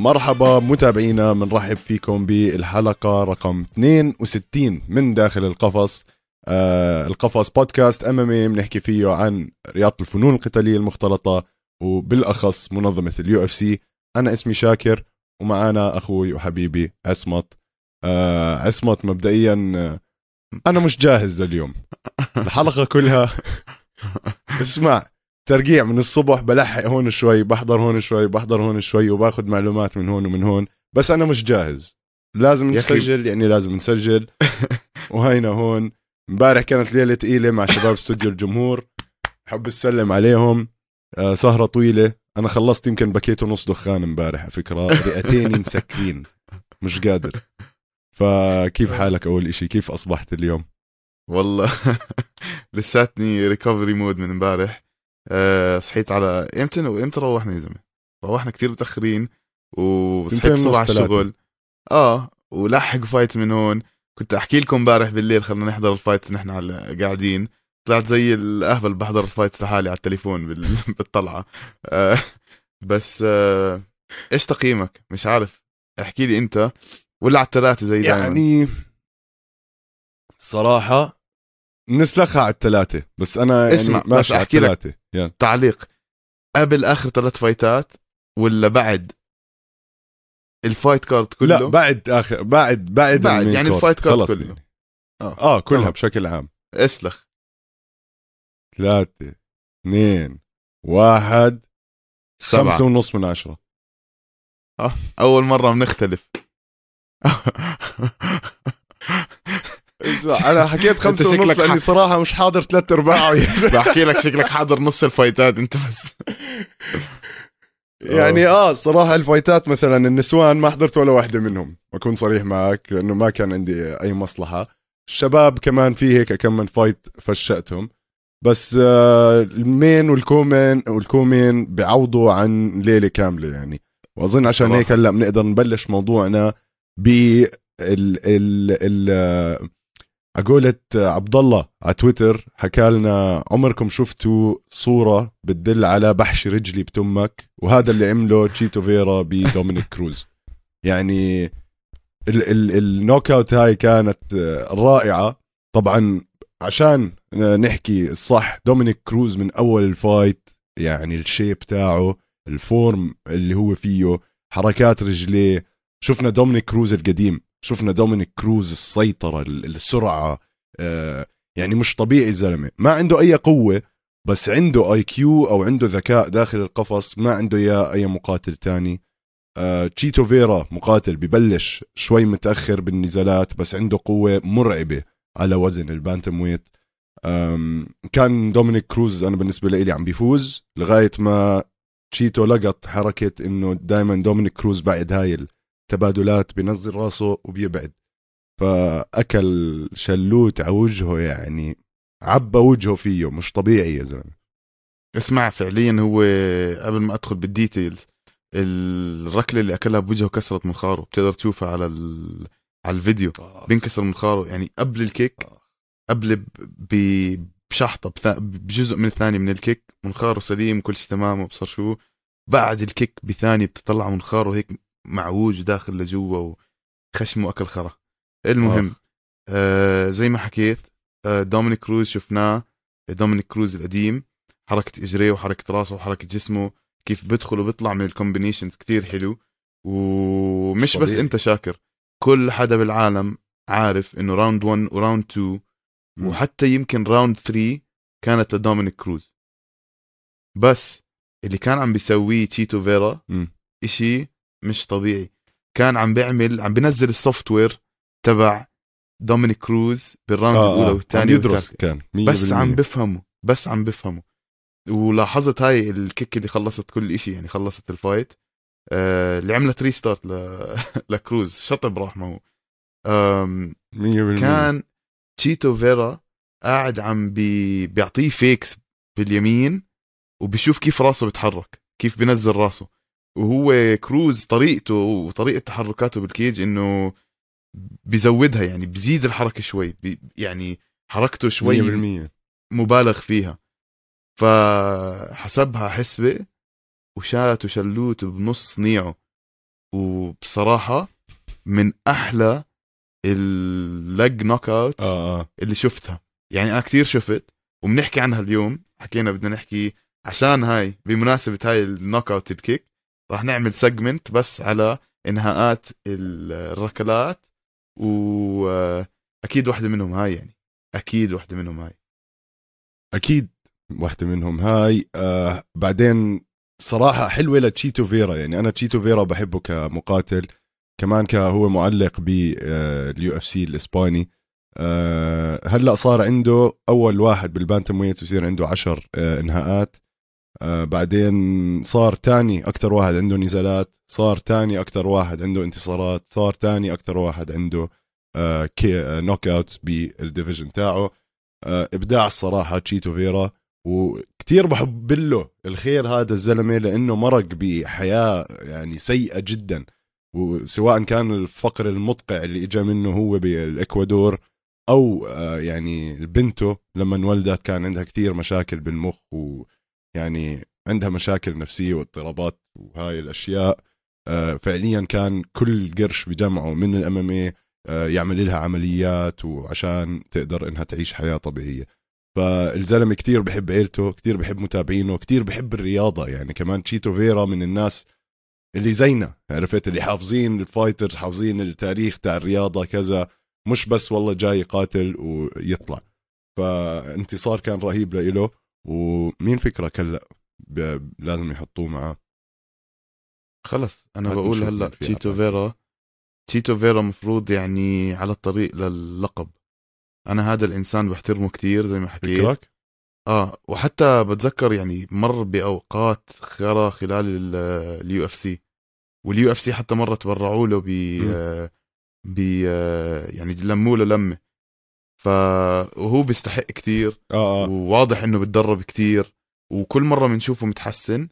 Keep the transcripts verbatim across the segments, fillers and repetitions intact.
مرحبا متابعينا، منرحب فيكم بالحلقة رقم اثنين وستين من داخل القفص. آه القفص بودكاست أمامي بنحكي فيه عن رياضة الفنون القتالية المختلطة وبالأخص منظمة اليو اف سي. أنا اسمي شاكر ومعانا أخوي وحبيبي عصمت. آه عصمت، مبدئيا أنا مش جاهز لليوم الحلقة كلها. اسمع، ترقيع من الصبح، بلحق هون شوي، بحضر هون شوي، بحضر هون شوي، وباخد معلومات من هون ومن هون، بس أنا مش جاهز. لازم نسجل، يعني لازم نسجل. وهينا هون امبارح كانت ليلة تقيلة مع شباب استوديو الجمهور، حب السلم عليهم. آه سهرة طويلة، أنا خلصت يمكن بكيت ونص دخان امبارح على فكرة، رئتيني مسكرين مش قادر. فكيف حالك؟ أول إشي كيف أصبحت اليوم؟ والله لساتني ريكفري مود من امبارح. أه صحيت على امتى وامتى روحنا يا زلمه؟ روحنا كتير متاخرين وصحيت الصبح على الشغل. اه ولاحق فايت من هون. كنت احكي لكم امبارح بالليل خلينا نحضر الفايت نحن على قاعدين، طلعت زي الاهبل بحضر الفايت لحالي على التليفون بال... بالطلعه. أه بس أه ايش تقييمك؟ مش عارف، احكي لي انت ولا على الثلاثه زي دائما؟ يعني صراحة نسلخها على الثلاثة، بس أنا يعني اسمع ماشي بس احكي لك يعني. تعليق قبل اخر ثلاث فايتات ولا بعد الفايت كارد كله؟ لا بعد اخر بعد بعد, بعد يعني كارد. الفايت كارد خلص كله يعني. اه, اه كلها طبعا. بشكل عام. اسلخ. ثلاثة اثنين واحد سبعة. خمسة ونص من عشرة. اه اول مرة بنختلف. انا حكيت خمسة ونص لاني ح... صراحة مش حاضر ثلاث ارباعه. بحكي لك شكلك حاضر نص الفايتات انت بس. يعني اه صراحة الفايتات مثلا النسوان ما حضرت ولا واحدة منهم، اكون صريح معك، لانه ما كان عندي اي مصلحة. الشباب كمان في هيك كم من فايت فشأتهم، بس آه المين والكومين والكومين بيعوضوا عن ليلة كاملة يعني. واظن عشان هيك هلا بنقدر نبلش موضوعنا ب ال ال ال عقولة عبد الله على تويتر. حكى لنا عمركم شفتوا صورة بتدل على بحش رجلي بتمك؟ وهذا اللي عمله تشيتو فيرا بدومينيك كروز. يعني ال ال النوك اوت هاي كانت رائعة. طبعا عشان نحكي الصح، دومينيك كروز من اول الفايت يعني الشيب تاعه، الفورم اللي هو فيه، حركات رجليه، شفنا دومينيك كروز القديم، شفنا دومينيك كروز السيطرة، السرعة. آه يعني مش طبيعي الزلمة، ما عنده اي قوة، بس عنده اي كيو او عنده ذكاء داخل القفص ما عنده يا اي مقاتل تاني. آه تشيتو فيرا مقاتل ببلش شوي متأخر بالنزالات، بس عنده قوة مرعبة على وزن البانتم ويت. كان دومينيك كروز أنا بالنسبة لي عم بيفوز لغاية ما تشيتو لقط حركة إنه دايما دومينيك كروز بعد هاي التبادلات بينزل راسه وبيبعد، فأكل شلوت على وجهه، يعني عبى وجهه فيه، مش طبيعي يا زلمة. اسمع فعليا هو قبل ما أدخل بالديتيلز، الركلة اللي أكلها بوجهه كسرت منخاره، بتقدر تشوفها على ال... على الفيديو. بينكسر منخاره يعني قبل الكيك، قبل ب... بشحطة بث... بجزء من الثاني من الكيك منخاره سليم كل شيء تمام وبصر شو. بعد الكيك بثاني بتطلع منخاره هيك معوج داخل لجوا وخشمه أكل خرا. المهم آه زي ما حكيت، آه دومينيك كروز شفناه، دومينيك كروز القديم، حركة إجريه وحركة راسه وحركة جسمه، كيف بدخل وبيطلع من الكومبينيشنز كتير حلو. ومش بس انت شاكر، كل حدا بالعالم عارف انه راوند واحد وراوند اثنين وحتى يمكن راوند ثلاثة كانت لدومينيك كروز، بس اللي كان عم بيسويه تشيتو فيرا م. اشي مش طبيعي. كان عم بيعمل عم بينزل السوفت وير تبع دومينيك كروز بالراوند آه الاولى آه. والثانيه والثالثه، كان بس عم بفهمه بس عم بفهمه. ولاحظت هاي الكيك اللي خلصت كل اشي، يعني خلصت الفايت آه اللي عملت ريستارت ل... لكروز، شطب رحمه. كان تشيتو فيرا قاعد عم بي... بيعطيه فيكس باليمين وبيشوف كيف راسه بيتحرك، كيف بينزل راسه. وهو كروز طريقته وطريقة تحركاته بالكيج انه بيزودها، يعني بزيد الحركة شوي، بي... يعني حركته شوي مية بالمية مبالغ فيها. فحسبها حسبة وشات وشلوت بنص نيعه وبصراحة من أحلى اللج نوك اوت آه آه. اللي شفتها. يعني أنا كتير شفت وبنحكي عنها اليوم. حكينا بدنا نحكي عشان هاي بمناسبة هاي النوك اوت الكيك راح نعمل سيجمنت بس على انهاءات الركلات، وأكيد واحدة منهم هاي. يعني أكيد واحدة منهم هاي أكيد واحدة منهم هاي. آه بعدين صراحة حلوة لتشيتو فيرا. يعني أنا تشيتو فيرا بحبه كمقاتل، كمان كهو معلق باليو اف سي الإسباني. أه هلأ صار عنده أول واحد بالبانتم ويت ويصير عنده عشر أه انهاءات. أه بعدين صار تاني أكتر واحد عنده نزالات، صار تاني أكتر واحد عنده انتصارات، صار تاني أكتر واحد عنده أه كي أه نوك أوت بالديفيجن تاعه. أه إبداع الصراحة تشيتو فيرا، وكتير بحب له الخير هذا الزلمة لأنه مرق بحياة يعني سيئة جدا، وسواء كان الفقر المدقع اللي اجى منه هو بالإكوادور او يعني بنته لما انولدت كان عندها كتير مشاكل بالمخ، ويعني عندها مشاكل نفسية واضطرابات وهاي الاشياء. فعليا كان كل قرش بجمعه من الام ام اي يعمل لها عمليات وعشان تقدر انها تعيش حياة طبيعية. فالزلمة كتير بحب عيلته، كتير بحب متابعينه، كتير بحب الرياضة. يعني كمان تشيتو فيرا من الناس اللي زينا، عرفت، اللي حافظين الفايترز، حافظين التاريخ تاع الرياضة كذا، مش بس والله جاي قاتل ويطلع. فانتصار كان رهيب لإله. ومين فكرك هلأ لازم يحطوه معاه؟ خلص أنا بقول هلأ تشيتو فيرا تشيتو فيرا مفروض يعني على الطريق للقب. أنا هذا الإنسان بحترمه كتير زي ما حكيت. فكرك؟ آه وحتى بتذكر يعني مر بأوقات خيرة خلال اليو اف سي، واليو اف سي حتى مرة تبرعوا له ب ب يعني لموا له لمة. فهو بيستحق كتير. آه آه. وواضح انه بتدرب كتير، وكل مرة بنشوفه متحسن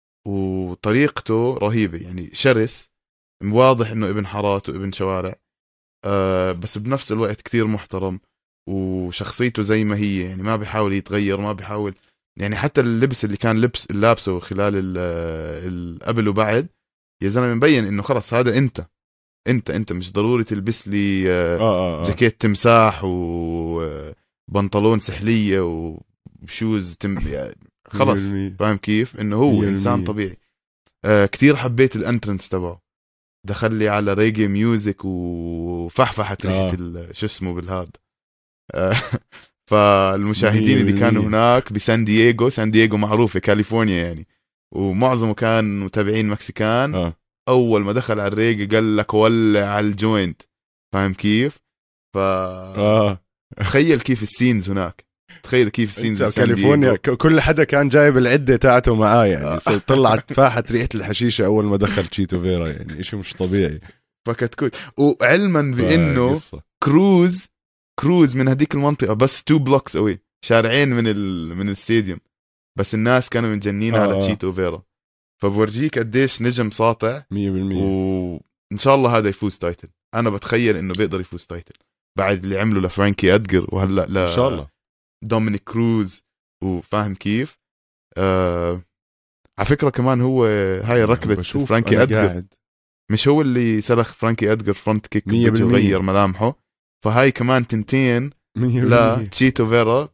وطريقته رهيبة. يعني شرس، واضح انه ابن حارات وابن شوارع، آه بس بنفس الوقت كتير محترم، وشخصيته زي ما هي. يعني ما بيحاول يتغير، ما بيحاول يعني حتى اللبس اللي كان لبس لابسه خلال قبل وبعد، يا زلمه مبين انه خلص هذا انت انت انت مش ضروري تلبس لي آه آه آه. جاكيت تمساح وبنطلون سحليه وشوز تم... يعني خلص فاهم كيف انه هو انسان طبيعي. آه كتير حبيت الانترنس تبعه، دخل لي على ريجي ميوزك وفحفحت ريحه آه. شو اسمه بالهاد. آه فالمشاهدين اللي كانوا هناك بسان دييغو، سان دييغو معروفه كاليفورنيا يعني، ومعظمه كان متابعين مكسيكان. آه. اول ما دخل على الريق قال لك ولع على الجوينت، فاهم كيف؟ ف آه. تخيل كيف السينز هناك، تخيل كيف السينز في كاليفورنيا، كل حدا كان جايب العده تاعته معاه. يعني آه. طلعت فاحت ريحه الحشيشه اول ما دخل تشيتو فيرا، يعني شيء مش طبيعي. فكتكوت. وعلما بانه كروز كروز من هديك المنطقه بس تو بلوكس اوي، شارعين من ال... من الاستاديوم، بس الناس كانوا متجنين آه. على تشيتو فيرا. فبورجيك قديش نجم ساطع مية بالمية. وإن شاء الله هذا يفوز تايتل. أنا بتخيل إنه بيقدر يفوز تايتل بعد اللي عمله لفرانكي أدجر، وهلأ ل... إن شاء الله دومينيك كروز. وفاهم كيف آه... على فكرة كمان هو هاي ركلة فرانكي أدجر، مش هو اللي سلخ فرانكي أدجر فرونت كيك وغير ملامحه. فهاي كمان تنتين لتشيتو فيرا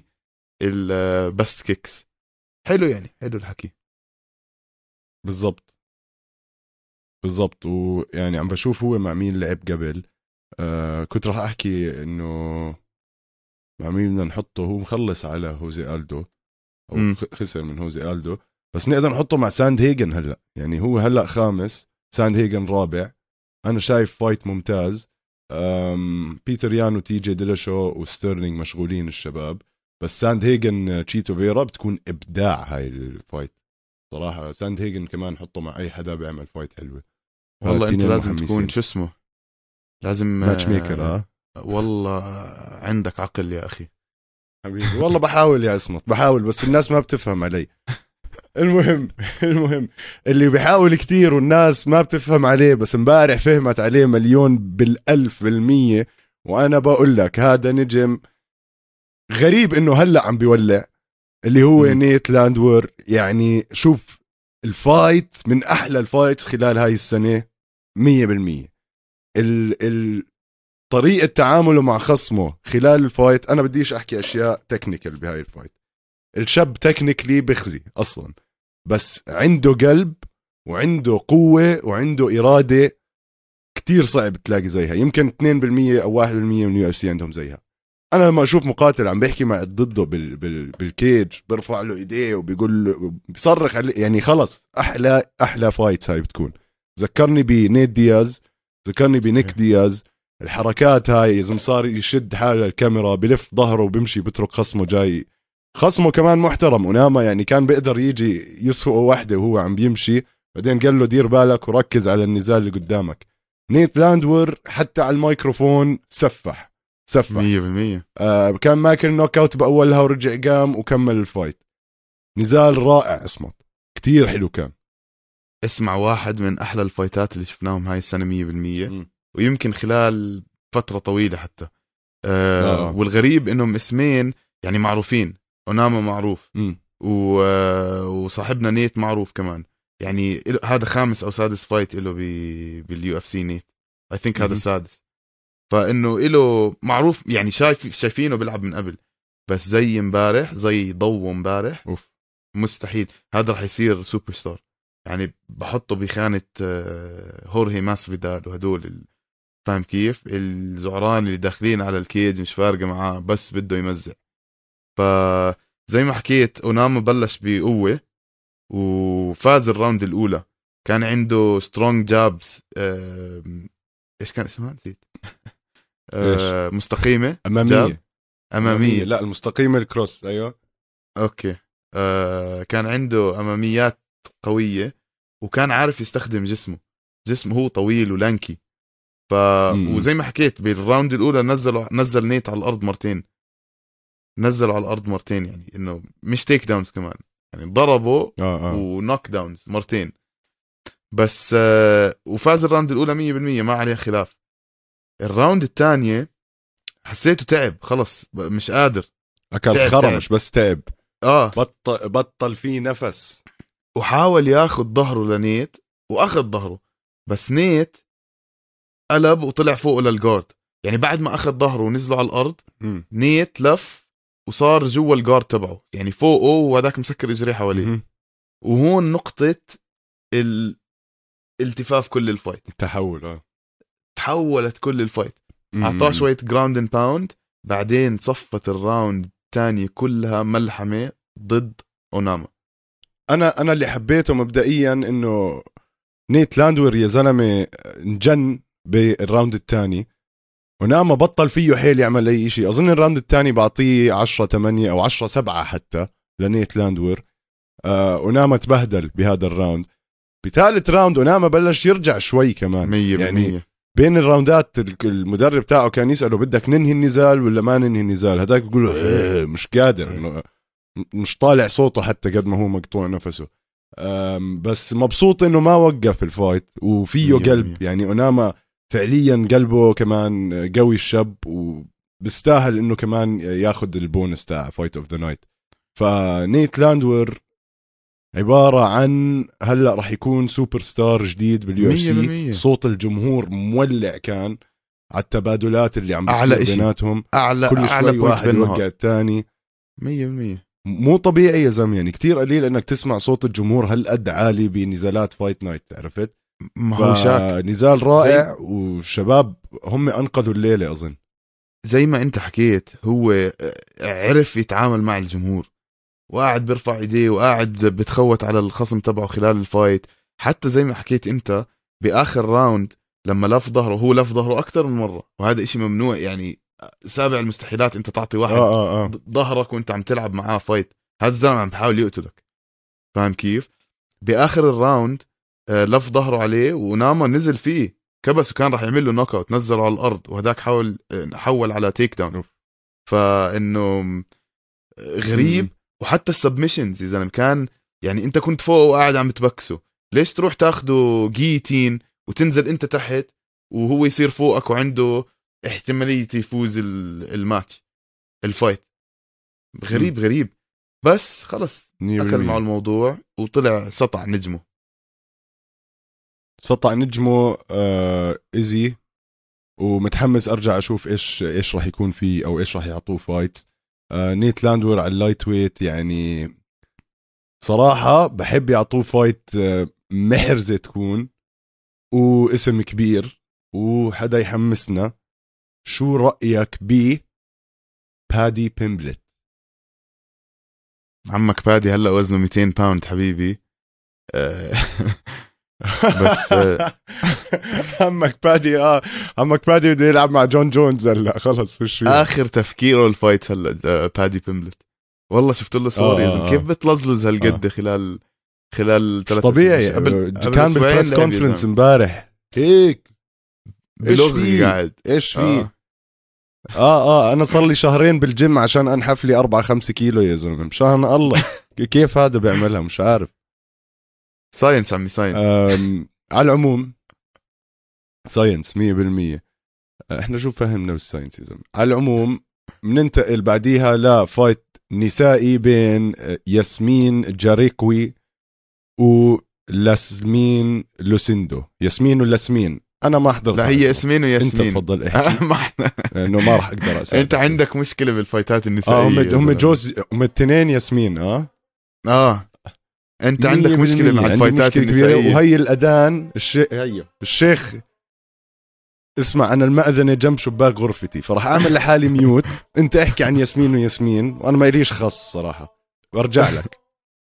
بالبست كيكس. حلو يعني، حلو الحكي. بالضبط بالضبط. ويعني عم بشوف هو مع مين لعب قبل. آه كنت راح احكي انه مع مين بدنا نحطه. هو مخلص على هوزي ألدو او م. خسر من هوزي ألدو، بس نقدر نحطه مع ساند هيجن هلا. يعني هو هلا خامس، ساند هيجن رابع. انا شايف فايت ممتاز. بيتر يان وتي جي ديلاشو وستيرلينج مشغولين الشباب، بس ساند هيجن تشيتو فيرا بتكون ابداع هاي الفايت صراحة. ساند هيجن كمان حطه مع أي حدا بيعمل فايت حلوة. والله أنت لازم محمسين. تكون شو اسمه لازم ماتش ميكر. آه والله عندك عقل يا أخي حبيبي. والله بحاول يا اسمط، بحاول، بس الناس ما بتفهم علي. المهم المهم اللي بيحاول كتير والناس ما بتفهم عليه، بس امبارح فهمت عليه مليون بالألف بالمية. وأنا بقول لك هذا نجم غريب إنه هلأ عم بيولع، اللي هو م. نيت لاندور. يعني شوف الفايت من أحلى الفايتس خلال هاي السنة مية بالمية. ال ال طريقة تعامله مع خصمه خلال الفايت، أنا بديش أحكي أشياء تكنيكال بهاي الفايت. الشاب تكنيكلي بخزي أصلا، بس عنده قلب وعنده قوة وعنده إرادة كتير صعب تلاقي زيها. يمكن اثنين بالمية أو واحد بالمية من اليو اف سي عندهم زيها. أنا لما أشوف مقاتل عم بيحكي مع ضده بال بال بالكيج، برفع له إيديه وبيقول له، بيصرخ عليه، يعني خلص أحلى أحلى فايت هاي بتكون. ذكرني بنيت دياز، ذكرني بنيك دياز. الحركات هاي إذا صار يشد حاله الكاميرا، بلف ظهره وبمشي، بترك خصمه جاي. خصمه كمان محترم وناما، يعني كان بيقدر يجي يصفقه واحدة وهو عم بيمشي، بعدين قال له دير بالك وركز على النزال اللي قدامك. نيت لاندور حتى على الميكروفون سفح سفح مية بالمية. آه كان ماكل نوك اوت بأولها ورجع قام وكمل الفايت. نزال رائع اسمه، كتير حلو كان. اسمع، واحد من أحلى الفايتات اللي شفناهم هاي السنة مية بالمية، م. ويمكن خلال فترة طويلة حتى. آه آه. والغريب إنهم اسمين يعني معروفين. أوناما معروف، م. و... وصاحبنا نيت معروف كمان. يعني هذا خامس أو سادس فايت له بي... باليو اف سي نيت، I think هذا السادس. فإنه له معروف، يعني شايف شايفينه بيلعب من قبل. بس زي مبارح، زي ضو مبارح، أوف. مستحيل. هذا رح يصير سوبر ستار. يعني بحطه بخانة هورهي ماسفيدال وهدول، فاهم كيف؟ الزعران اللي داخلين على الكيج مش فارقة معاه، بس بده يمزع. فزي ما حكيت، أوناما بلش بقوة وفاز الراوند الأولى. كان عنده سترونج جابس، إيش كان اسمها؟ نسيت. آه مستقيمة أمامية. جاب. أمامية. أمامية، لا المستقيمة الكروس. أيوة أوكي. آه كان عنده أماميات قوية، وكان عارف يستخدم جسمه. جسمه هو طويل ولانكي. ف م-م. وزي ما حكيت بالراوند الأولى نزل نزل نيت على الأرض مرتين. نزل على الأرض مرتين، يعني إنه مش تيك داونز كمان، يعني ضربه آه آه. ونوك داونز مرتين بس. آه وفاز الراوند الأولى مية بالمية، ما عليه خلاف. الراوند الثانية حسيته تعب خلص، مش قادر. أكل تعب خرمش تعب. بس تعب. آه بطل بطل فيه نفس، وحاول ياخد ظهره لنيت وأخذ ظهره، بس نيت قلب وطلع فوقه للجارد. يعني بعد ما أخذ ظهره ونزلوا على الأرض، م. نيت لف وصار جوا الجارد تبعه، يعني فوقه وهذاك مسكر إجريه حواليه. م-م. وهون نقطة الالتفاف كل الفايت. تحول آه. تحولت كل الفايت. أعطاه شوية جراوند اند باوند، بعدين صفت الراوند الثانية كلها ملحمة ضد أوناما. أنا أنا اللي حبيته مبدئيا إنه نيت لاندور يا زلمة انجن بالراوند الثاني، وناما بطل فيه حيل يعمل أي شيء. أظن الراوند الثاني بعطيه عشرة ثمانية أو عشرة سبعة حتى لنيت لاندور. آه وناما تبهدل بهذا الراوند. بثالث راوند وناما بلش يرجع شوي كمان. مية بالمية. يعني بين الراوندات المدرب تاعه كان يسأله بدك ننهي النزال ولا ما ننهي النزال، هذاك يقول له إيه مش قادر، مش طالع صوته حتى قد ما هو مقطوع نفسه. بس مبسوط انه ما وقف الفايت وفيه قلب. يعني أوناما فعليا قلبه كمان قوي الشاب، وبستاهل انه كمان ياخد البونس تاع فايت اوف ذا نايت. فنيت لاندور عبارة عن هلأ رح يكون سوبر ستار جديد باليو اف سي. صوت الجمهور مولع كان على التبادلات اللي عم بتصير بيناتهم. أعلى كل أعلى شوي واحد يوقع الثاني. مية بالمية. مو طبيعي يا زلمه، يعني كتير قليل انك تسمع صوت الجمهور هالقد عالي بنزالات فايت نايت، عرفت؟ ما هو شاك نزال رائع، والشباب هم انقذوا الليله. اظن زي ما انت حكيت، هو عرف يتعامل مع الجمهور، وقاعد بيرفع ايديه وقاعد بتخوت على الخصم تبعه خلال الفايت. حتى زي ما حكيت انت باخر راوند لما لف ظهره، هو لف ظهره اكتر من مره، وهذا اشي ممنوع. يعني سابع المستحيلات انت تعطي واحد آه آه آه. ظهرك وانت عم تلعب معاه فايت. هذا الزلمه عم بحاول يقتلك، فاهم كيف؟ باخر الراوند لف ظهره عليه وناما نزل فيه كبس، وكان راح يعمل له نوك اوت، نزله على الارض، وهداك حاول حول على تيك داون. فانه غريب. م- وحتى السبمشنز يا زلمه كان، يعني انت كنت فوق وقاعد عم تبكسه، ليش تروح تاخده جيتين وتنزل انت تحت وهو يصير فوقك وعنده احتماليه يفوز الماتش الفايت؟ غريب م- غريب. بس خلص اكل مع الموضوع وطلع سطع نجمه. سطع نجمه آه إيزي، ومتحمس ارجع اشوف ايش ايش راح يكون فيه او ايش راح يعطوه فايت. آه نيت لاندور على اللايت ويت، يعني صراحة بحب يعطوه فايت آه محرزة تكون، واسم كبير وحدا يحمسنا. شو رأيك ب بادي بيمبلت؟ عمك بادي هلا وزنه مئتين باوند حبيبي. أه بس عمك بادي اه عمك بادي بده يلعب مع جون جونز هلا خلص. وش اخر تفكيره الفايت هلا بادي بيمبلت. والله شفت له صور آه يا زلمه آه كيف بتلزلز هالقد آه. خلال خلال ثلاث طبيعي. قبل قبل كان بالبريس كونفرنس امبارح هيك ايش بلغ في قاعد ايش في آه. اه اه انا صار لي شهرين بالجيم عشان انحف لي أربعة خمسة كيلو يا زلمه، مشان الله. كيف هذا بيعملها مش عارف. ساينس عمي ساينس. على العموم ساينس مية بالمية. احنا شو فهمنا بالساينس يا زلمه. على العموم بننتقل بعديها لفايت نسائي بين ياسمين جاريكوي ولاسمين لوسيندو. ياسمين ولاسمين انا ما حضرت. لا هي ياسمين وياسمين. انت تفضل احكي لانه ما راح اقدر اساعدك. انت عندك مشكله بالفايتات النسائيه. اه هم هم جوز هم الاثنين ياسمين. اه اه انت عندك مشكله مع الفايتات النسائيه. وهي الاذان الشيخ هي الشيخ اسمع انا المأذنه جنب شباك غرفتي، فراح اعمل لحالي ميوت. انت احكي عن ياسمين وياسمين وانا ما ليش خص صراحه. برجع لك.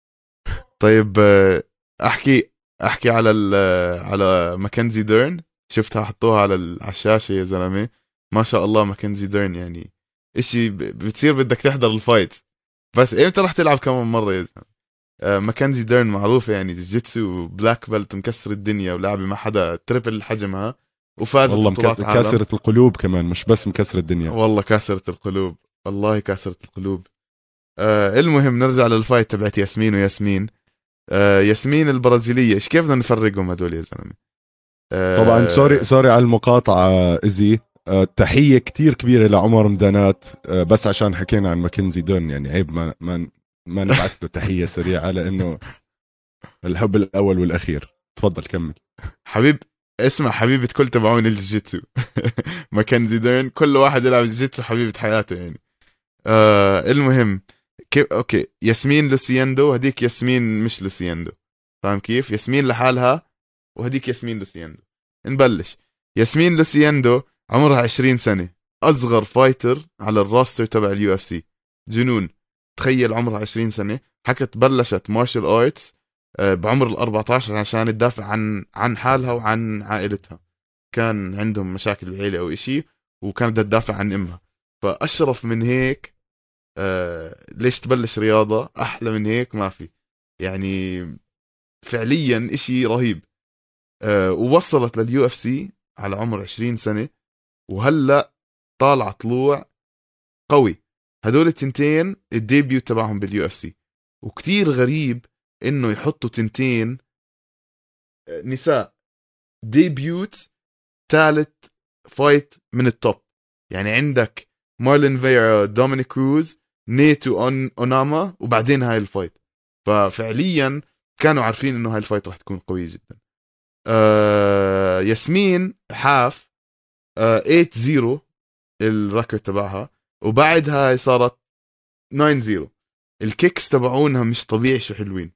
طيب احكي احكي على على ماكنزي ديرن. شفتها حطوها على على الشاشه يا زلمه. ما شاء الله ماكنزي ديرن يعني اشي بتصير بدك تحضر الفايت. بس امتى رح تلعب كمان مره يا زلمه؟ آه ماكنزي ديرن معروفه يعني جيتسو بلاك بيلت مكسر الدنيا ولعبه مع حدا تريبل حجمها وفازت والله بطولات عالم. كاسرة القلوب كمان مش بس مكسر الدنيا. والله كاسرة القلوب والله كاسرة القلوب. آه المهم نرجع للفايت تبعت ياسمين وياسمين. آه ياسمين البرازيليه ايش كيف بدنا نفرقهم هدول يا زلمه؟ آه طبعا سوري سوري على المقاطعه ازي. آه تحيه كتير كبيره لعمر مدانات. آه بس عشان حكينا عن ماكنزي دون يعني عيب ما ما ما نبعث له تحيه سريعه لانه الحب الاول والاخير. تفضل كمل حبيب. اسمع حبيبة كل تبعون الجيتسو. ماكنزي ديرن كل واحد يلعب الجيتسو حبيبة حياته يعني. آه المهم كيف اوكي ياسمين لوسياندو هديك ياسمين مش لوسياندو. فاهم كيف؟ ياسمين لحالها وهديك ياسمين لوسياندو. نبلش. ياسمين لوسياندو عمرها عشرين سنة، أصغر فايتر على الراستر تبع اليو اف سي. جنون. تخيل عمرها عشرين سنة. حكت بلشت مارشال ارتس بعمر الأربعة عشر عشان تدافع عن عن حالها وعن عائلتها. كان عندهم مشاكل بالعيلة أو إشي وكانت تدافع عن أمها. فأشرف من هيك آه ليش تبلش رياضة أحلى من هيك ما في يعني. فعليا إشي رهيب. آه ووصلت لليو اف سي على عمر عشرين سنة وهلأ طالع طلوع قوي. هدول التنتين الديبيو تبعهم باليو اف سي. وكتير غريب انه يحطوا تنتين نساء ديبيوت ثالث فايت من التوب. يعني عندك مارلين فيرا، دومينيك كروز، نيتو أون أوناما وبعدين هاي الفايت. ففعليا كانوا عارفين انه هاي الفايت راح تكون قوية جدا. آه ياسمين حاف آه ثمانية صفر الركورد تبعها وبعدها صارت تسعة صفر. الكيكس تبعونها مش طبيعي شو حلوين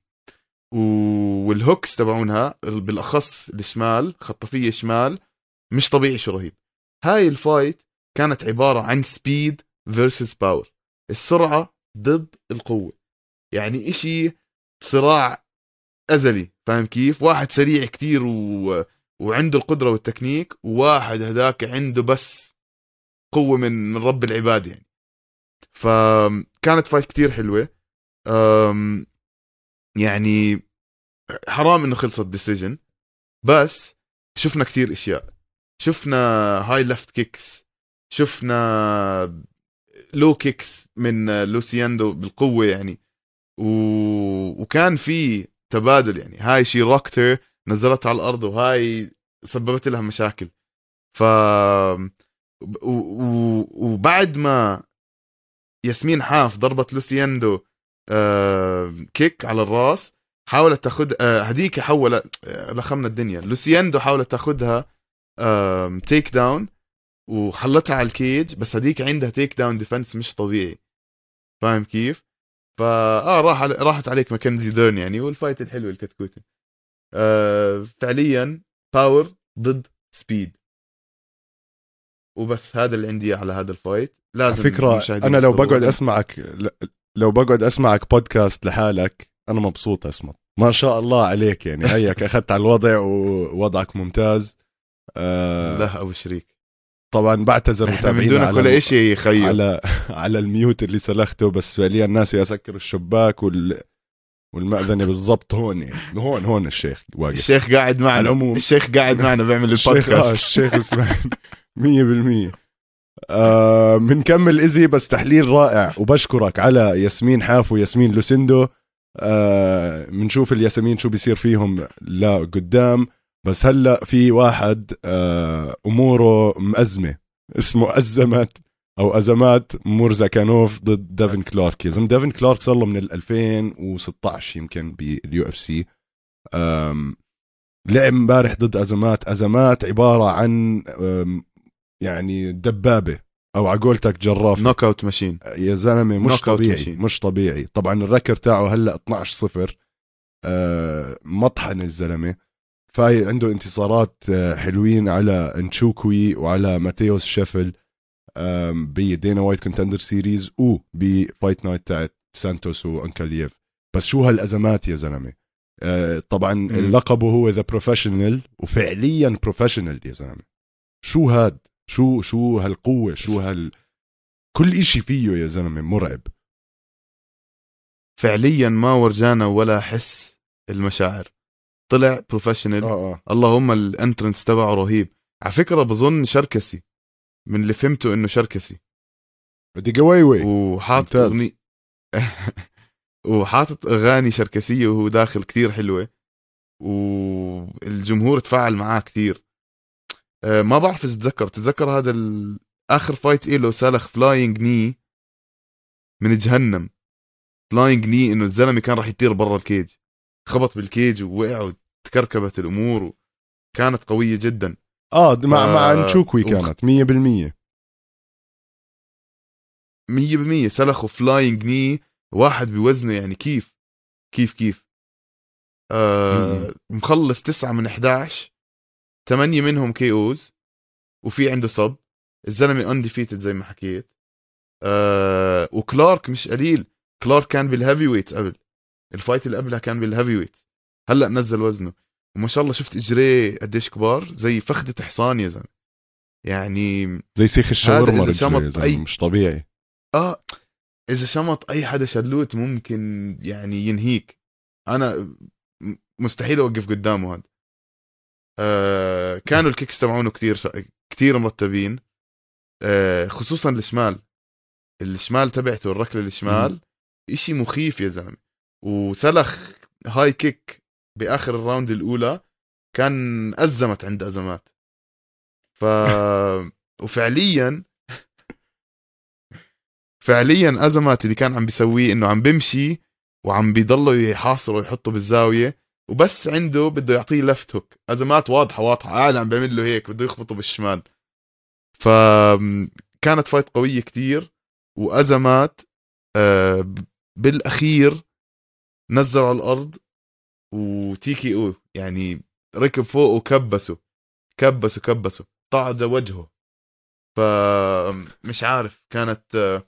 والهوكس تبعونها بالاخص الشمال خطفيه شمال مش طبيعي شو رهيب. هاي الفايت كانت عباره عن سبيد فيرسس باور. السرعه ضد القوه يعني اشي صراع ازلي. فاهم كيف؟ واحد سريع كتير و... وعنده القدره والتكنيك وواحد هداك عنده بس قوه من من رب العباد يعني. فكانت فايت كتير حلوه. أم... يعني حرام انه خلصت ديسيجن بس شفنا كتير اشياء. شفنا هاي لفت كيكس، شفنا لو كيكس من لوسياندو بالقوة يعني و... وكان في تبادل يعني. هاي شي روكتر نزلت على الأرض وهاي سببت لها مشاكل. ف و... و... وبعد ما ياسمين حاف ضربت لوسياندو آه... كيك على الراس حاولت تاخد هديك حول لخمنا الدنيا. لوسياندو حاولت تاخدها تيك داون وحلتها على الكيج، بس هديك عندها تيك داون ديفنس مش طبيعي، فاهم كيف؟ فا اه راح راحت عليك ماكنزي ديرن يعني، والفايت الحلو الكتكوتة. آه فعليا باور ضد سبيد، وبس هذا اللي عندي على هذا الفايت. لازم فكرة انا لو بقعد اسمعك لو بقعد اسمعك بودكاست لحالك انا مبسوط اسمع، ما شاء الله عليك يعني. هيك اخذت على الوضع ووضعك ممتاز. آه لا ابو شريك طبعا بعتذر متابعينا على كل شيء خير على على الميوت اللي سلخته، بس فعليا الناس يسكر الشباك وال والمأذنة بالضبط هون يعني. هون هون الشيخ واقف، الشيخ قاعد معنا، الشيخ قاعد معنا بيعمل البودكاست. الشيخ اسمع مية بالمية. آه منكمل إزي، بس تحليل رائع، وبشكرك على ياسمين حاف وياسمين لوسيندو. آه منشوف الياسمين شو بيصير فيهم لا قدام، بس هلأ في واحد آه أموره مأزمة اسمه أزمات أو أزمات مورزاكانوف ضد ديفن كلارك. يا زلمة ديفن كلارك صار له من ألفين وستة عشر يمكن باليو اف سي. لعب امبارح ضد أزمات. أزمات عبارة عن يعني دبابة أو عقولتك جرافة، نوك اوت ماشين يا زلمة، مش طبيعي مش طبيعي. طبعا الركر تاعه هلأ اثناشر صفر، آه مطحن الزلمة. فاي عنده انتصارات حلوين على انشوكوي وعلى ماتيوس شيفل بدينا وايت كونتندر سيريز وبفايت نايت تاعت سانتوس وانكالييف. بس شو هالأزمات يا زلمة. آه طبعا م. اللقب هو ذا بروفيشنال، وفعليا بروفيشنال يا زلمة. شو هاد شو شو هالقوة، شو هال كل إشي فيه يا زلمة مرعب فعليا. ما ورجانا ولا حس المشاعر، طلع بروفيشنال. آه آه. اللهم الانترنس تبعه رهيب على فكرة. بظن شركسي، من اللي فهمته انه شركسي. بدي قويوي وحاطط أغني... وحاطط اغاني شركسية وهو داخل كتير حلوة، والجمهور تفاعل معاه كتير. أه ما بعرف اذا تتذكر تتذكر هذا ال... اخر فايت إله سالخ فلاينج ني من جهنم. فلاينج ني انه الزلمة كان راح يطير برا الكيج، خبط بالكيج ووقع وتكركبت الامور، كانت قوية جدا. اه مع ف... مع نشوكوي كانت مية بالمية مية بالمية سلخوا فلاينج ني واحد بوزنه يعني. كيف كيف كيف آه مخلص تسعة من إحداعش، ثمانية منهم كي اوز، وفي عنده صب. الزلمة انديفيتد زي ما حكيت. آه وكلارك مش قليل. كلارك كان بالهيفي ويت قبل الفايت اللي قبلها، كان بالهيفي ويت، هلأ نزل وزنه وما شاء الله. شفت اجريه قديش كبار، زي فخدة حصان يا زلمة يعني، زي سيخ الشاورما. أي... مش طبيعي. اه اذا شمط اي حدا شلوت ممكن يعني ينهيك. انا مستحيل اوقف قدامه هذا. آه كانوا الكيكس تبعونه كتير شا... كتير مرتبين. آه خصوصا الشمال الشمال تبعته، الركله الشمال اشي مخيف يا زلمه. وسلخ هاي كيك باخر الراوند الاولى كان ازمت عند ازمات. ف وفعليا فعليا ازمات اللي كان عم بيسويه انه عم بمشي وعم بيضلوا يحاصروا ويحطوا بالزاويه، وبس عنده بده يعطيه لفت هوك. ازمات واضحه واضحه قاعد عم بيعمل له هيك، بده يخبطه بالشمال. فكانت فايت قويه كتير. وازمات آه بالاخير نزلوا على الارض وتيكي او يعني ركب فوق وكبسوا كبسوا كبسوا طعج وجهه. فمش عارف، كانت آه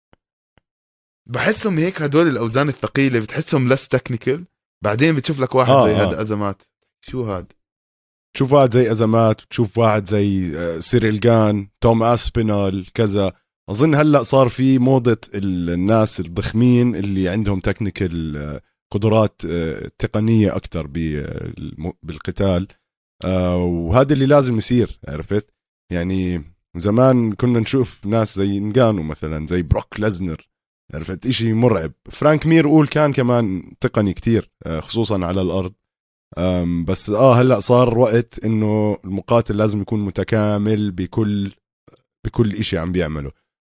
بحسهم هيك هدول الاوزان الثقيله بتحسهم لس تكنيكال، بعدين بتشوف لك واحد آه زي هذا آه. ازمات. شو هاد؟ تشوف واحد زي ازمات، تشوف واحد زي سيريل جان، توم اسبينال كذا. اظن هلا صار في موضه الناس الضخمين اللي عندهم تكنيكال قدرات تقنيه اكثر بالقتال، وهذا اللي لازم يصير. عرفت يعني زمان كنا نشوف ناس زي نغانو مثلا، زي بروك ليزنر، عرفت إشي مرعب. فرانك مير قول كان كمان تقني كتير خصوصا على الأرض. بس آه هلأ صار وقت إنه المقاتل لازم يكون متكامل بكل بكل إشي عم بيعمله.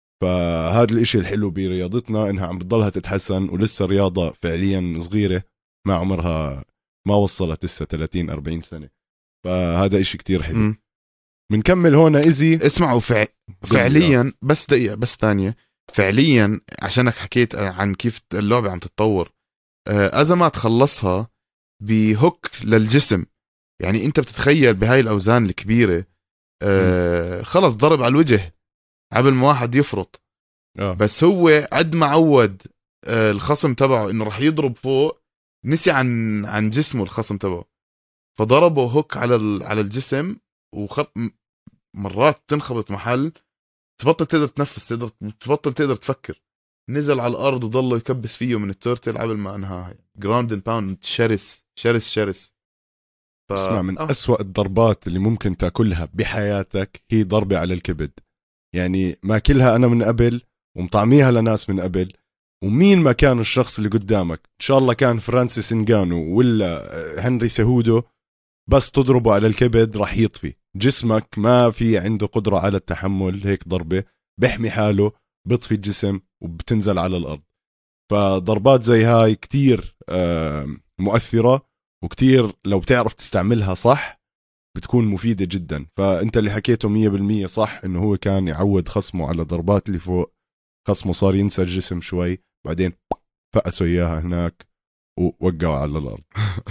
فهذا الإشي الحلو برياضتنا إنها عم بتضلها تتحسن، ولسه رياضة فعليا صغيرة ما عمرها ما وصلت لسه ثلاثين أربعين سنة، فهذا إشي كتير حلو. بنكمل هون إيزي. اسمعوا فع... فعليا بس دقيقة بس ثانية، فعليا عشانك حكيت عن كيف اللعبة عم تتطور، أزمات تخلصها بهوك للجسم. يعني انت بتتخيل بهاي الأوزان الكبيرة آه خلص ضرب على الوجه قبل ما واحد يفرط. أوه. بس هو قد ما عود آه الخصم تبعه انه رح يضرب فوق، نسي عن عن جسمه الخصم تبعه، فضربه هوك على على الجسم، وخ... مرات تنخبط محل تبطل تقدر تنفس، تقدر تبطل تقدر تفكر. نزل على الارض وضله يكبس فيه من التورتل قبل ما انهاها. جراوند اند باوند شرس شرس شرس. ف... اسمع، من أوه. أسوأ الضربات اللي ممكن تاكلها بحياتك هي ضربة على الكبد. يعني ماكلها أنا من قبل ومطعميها لناس من قبل، ومين ما كان الشخص اللي قدامك، إن شاء الله كان فرانسيس انغانو ولا هنري سهودو، بس تضربه على الكبد راح يطفي. جسمك ما في عنده قدرة على التحمل هيك ضربة، بيحمي حاله، بيطفي الجسم وبتنزل على الأرض. فضربات زي هاي كتير مؤثرة، وكتير لو بتعرف تستعملها صح بتكون مفيدة جدا. فأنت اللي حكيته مية بالمية صح، إنه هو كان يعود خصمه على ضربات اللي فوق، خصمه صار ينسى الجسم شوي، بعدين فقسوا إياها هناك ووقعوا على الأرض.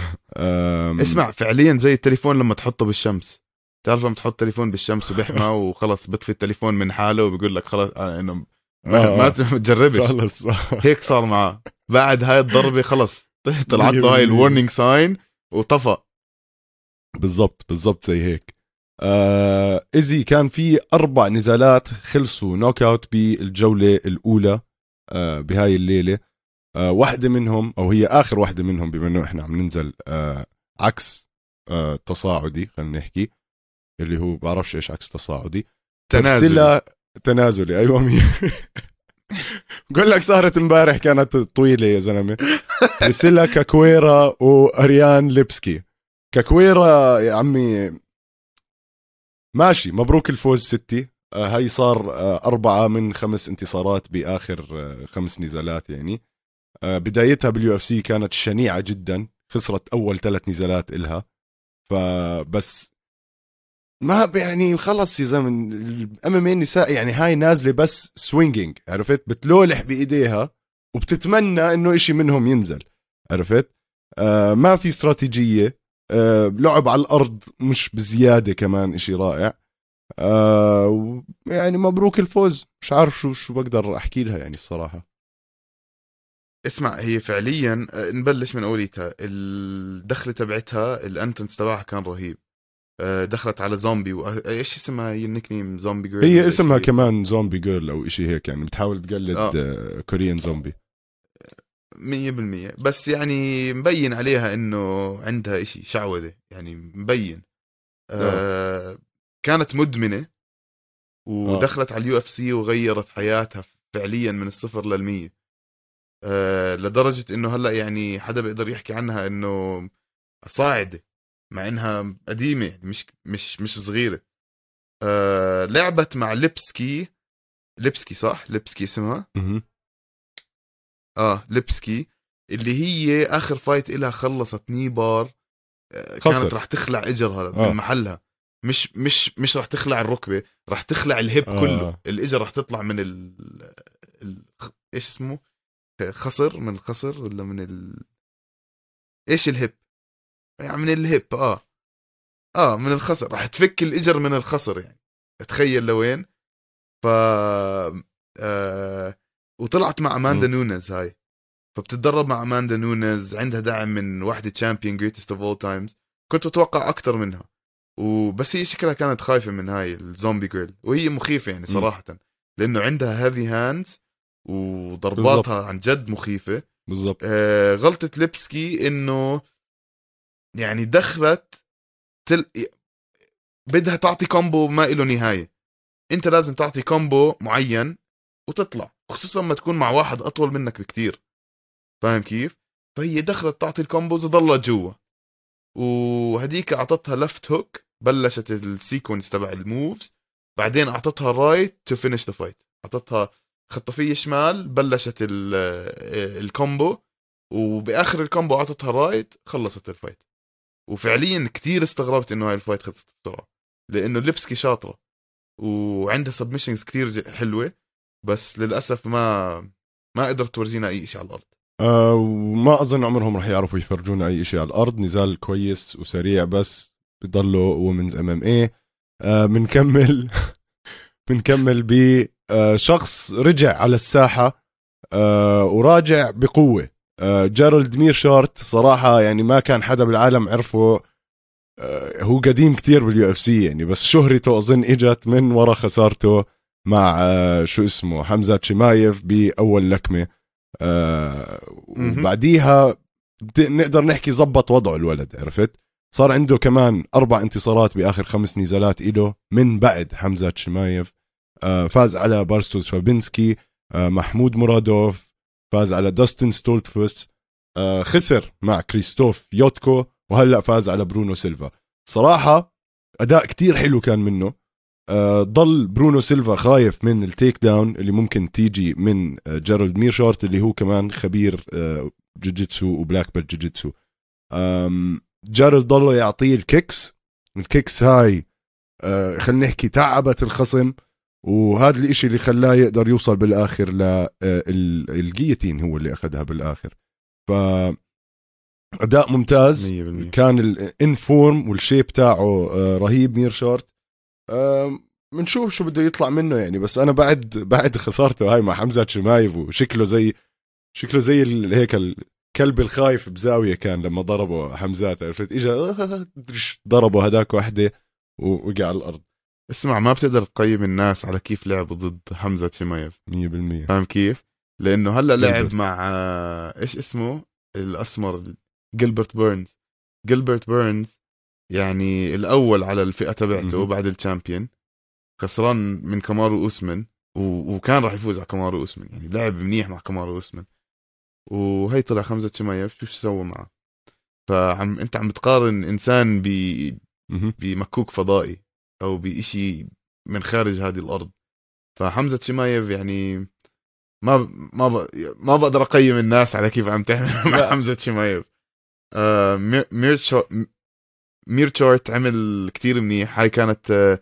اسمع، فعليا زي التليفون لما تحطه بالشمس. تعرف لما تحط تليفون بالشمس وبيحمى وخلص بطفي التليفون من حاله وبيقول لك خلص انه ما, آه ما تجربش. خلص هيك صار معه بعد هاي الضربة، خلص طلعت له هاي الورنينج ساين وطفى. بالضبط بالضبط زي هيك. آه إيزي كان في أربع نزالات خلصوا نوك أوت بالجولة الأولى آه بهاي الليلة. آه واحدة منهم، أو هي آخر واحدة منهم بما أنه إحنا عم ننزل آه عكس آه تصاعدي، خلينا نحكي اللي هو بعرفش إيش عكس تصاعدي، تنازلي. تنازلي أيوة مية. قول لك صارت امبارح كانت طويلة يا زلمة. ترسيلا كاكويرا وأريان ليبسكي. كاكويرا يا عمي ماشي، مبروك الفوز ستي. آه هاي صار آه أربعة من خمس انتصارات بآخر آه خمس نزالات. يعني آه بدايتها باليو اف سي كانت شنيعة جدا، خسرت أول ثلاث نزالات إلها. فبس ما يعني خلص يا زلمه، الام ام النساء يعني هاي نازله بس سوينجينج، عرفت؟ بتلولح بايديها وبتتمنى انه اشي منهم ينزل، عرفت؟ آه ما في استراتيجيه. آه لعب على الارض مش بزياده، كمان اشي رائع. آه يعني مبروك الفوز. مش عارف شو شو بقدر احكي لها يعني الصراحه. اسمع، هي فعليا نبلش من اوليتها. الدخله تبعتها الانترنس تبعها كان رهيب. دخلت على زومبي و... ايش اسمها هي النيك نيم؟ زومبي جيرل. هي اسمها كمان زومبي جيرل او اشي هيك، يعني بتحاول تقلد آه. كوريان زومبي مية بالمية. بس يعني مبين عليها انه عندها اشي شعوذة، يعني مبين. آه. كانت مدمنة ودخلت آه. على اليو اف سي وغيرت حياتها فعليا من الصفر للمية. آه لدرجة انه هلأ يعني حدا بيقدر يحكي عنها انه صاعدة، مع انها قديمة، مش مش مش صغيرة. آه لعبت مع ليبسكي. ليبسكي صح؟ ليبسكي اسمها. م- اه ليبسكي، اللي هي اخر فايت إلها خلصت نيبار. آه كانت راح تخلع اجرها آه. من محلها. مش مش مش راح تخلع الركبة، راح تخلع الهيب آه. كله. الاجر راح تطلع من ال... ال... ايش اسمه؟ خصر، من الخصر ولا من ال... ايش الهيب يعني؟ من الهيب اه اه من الخصر. راح تفك الاجر من الخصر، يعني تخيل لوين. ف آه... وطلعت مع اماندا م. نونز هاي. فبتتدرب مع اماندا نونز، عندها دعم من واحدة تشامبيون جريتست اوف اول تايمز. كنت اتوقع اكتر منها، وبس هي شكلها كانت خايفة من هاي الزومبي جيرل، وهي مخيفة يعني صراحة م. لانه عندها هافي هاندز وضرباتها بالزبط. عن جد مخيفة بالضبط. آه غلطة ليبسكي انه يعني دخلت تل... بدها تعطي كومبو ما له نهاية. انت لازم تعطي كومبو معين وتطلع، خصوصا ما تكون مع واحد اطول منك بكتير، فاهم كيف؟ فهي دخلت تعطي الكومبوز وضلت جوا، وهديك اعطتها لفت هوك، بلشت السيكونس تبع الموفز، بعدين اعطتها رايت تو فينيش ذا فايت، اعطتها خطفية شمال، بلشت الكومبو، وباخر الكومبو عطتها رايت خلصت الفايت. وفعليا كتير استغربت انه هاي الفايت خلصت بسرعه لانه ليبسكي شاطره وعندها سبمشنز كتير حلوه بس للاسف ما ما قدرت تورجينا اي شيء على الارض. أه وما اظن عمرهم رح يعرفوا يفرجونا اي شيء على الارض. نزال كويس وسريع بس بضلوا ومنز ام ام اي. بنكمل بنكمل بشخص رجع على الساحه أه وراجع بقوه. أه جيرالد ميرشارت صراحه يعني ما كان حدا بالعالم عرفه. أه هو قديم كتير باليو اف سي يعني بس شهرته اظن اجت من وراء خسارته مع أه شو اسمه حمزة شمايف باول لكمه. أه وبعديها نقدر نحكي زبط وضعه الولد. عرفت صار عنده كمان أربع انتصارات بآخر خمس نزالات إله من بعد حمزة شمايف. آه فاز على بارستوس فابينسكي. آه محمود مرادوف فاز على داستن ستولتفوس. آه خسر مع كريستوف يوتكو وهلأ فاز على برونو سيلفا. صراحة أداء كتير حلو كان منه. آه ضل برونو سيلفا خايف من التيك داون اللي ممكن تيجي من آه جيرالد ميرشارت اللي هو كمان خبير آه جوجيتسو وبلاك بيلت جوجيتسو. جارل ضله يعطيه الكيكس. الكيكس هاي آه خلينا نحكي تعبت الخصم وهذا الاشي اللي خلاه يقدر يوصل بالاخر للجيتين هو اللي اخذها بالاخر. ف اداء ممتاز مية بالمية. كان الانفورم والشيب تاعه آه رهيب ميرشارت. بنشوف آه شو بده يطلع منه يعني. بس انا بعد بعد خسارته هاي مع حمزة شمايف وشكله زي شكله زي هيك الكلب الخايف بزاوية كان لما ضربه حمزات. عرفت اجا ضربه هداك واحدة ووقع على الارض. اسمع ما بتقدر تقيم الناس على كيف لعبوا ضد حمزة شمايف مية بالمية. فاهم كيف؟ لانه هلا لعب جيلبرت. مع ايش اسمه الاسمر جيلبرت بيرنز. جيلبرت بيرنز يعني الاول على الفئة تبعته بعد الشامبيون. خسران من كامارو اوسمن و... وكان راح يفوز على كامارو اوسمن يعني لعب منيح مع كامارو اوسمن. وهي طلع حمزة شمايف شو سوى معه. فعم انت عم تقارن انسان ب بمكوك فضائي او بإشي من خارج هذه الارض. فحمزة شمايف يعني ما ما ب... ما بقدر اقيم الناس على كيف عم تعمل مع حمزة شمايف. آه ميرتشو ميرتشارت عمل كتير منيح. هاي كانت آه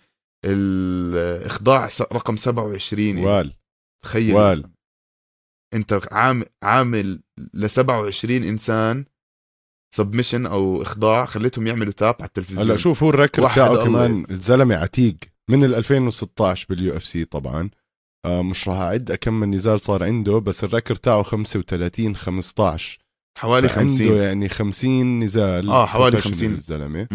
الاخضاع رقم سبعة وعشرين. وال تخيل وال. انت عامل عامل ل سبعة وعشرين انسان سبمشن او اخضاع خليتهم يعملوا تاب على التلفزيون. هلا شوف هو الركر تاعه كمان الزلمه عتيق من ألفين وستة عشر باليو اف سي طبعا. آه مش راح اعد كم من نزال صار عنده بس الركر تاعه خمسة وثلاثين خمسة عشر حوالي خمسين. عنده يعني خمسين نزال. اه حوالي خمسين الزلمه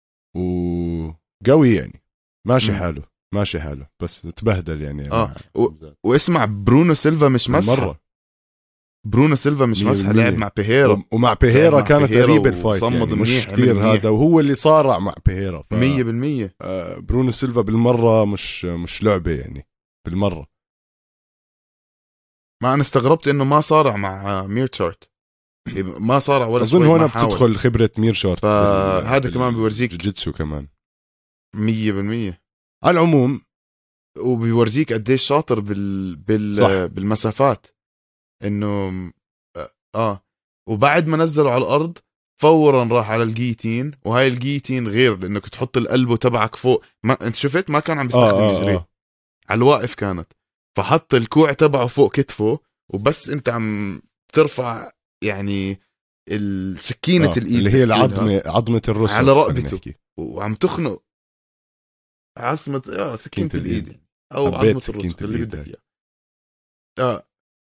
وقوي يعني ماشي مم. حاله ماشي حاله بس تبهدل يعني. اه و... واسمع برونو سيلفا مش مسحه مرة. برونو سيلفا مش مسحه لعب مع بيهيرا ومع بيهيرا كانت غريبه الفايت يعني مش كتير هذا وهو اللي صارع مع بيهيرا ف... مية بالمية. آه برونو سيلفا بالمره مش مش لعبه يعني بالمره. ما انا استغربت انه ما صارع مع ميرتشارت ما صارع ولا اظن هون بتدخل خبره ميرشارت فهذا كمان بيورجيك جوجيتسو كمان مية بالمية. على العموم وبيورجيك قديش شاطر بال... بال... بالمسافات انه اه وبعد ما نزلوا على الارض فورا راح على الجيتين. وهاي الجيتين غير لانك تحط القلب تبعك فوق. ما انت شفت ما كان عم بيستخدم آه يجري آه. على الواقف كانت فحط الكوع تبعه فوق كتفه وبس انت عم ترفع يعني السكينة آه. الايد اللي هي العظمة عظمة الرسل على رقبته وعم تخنق عظمة اه سكينة الايد, الإيد. او عظمة الرسل اللي بدك اياه اه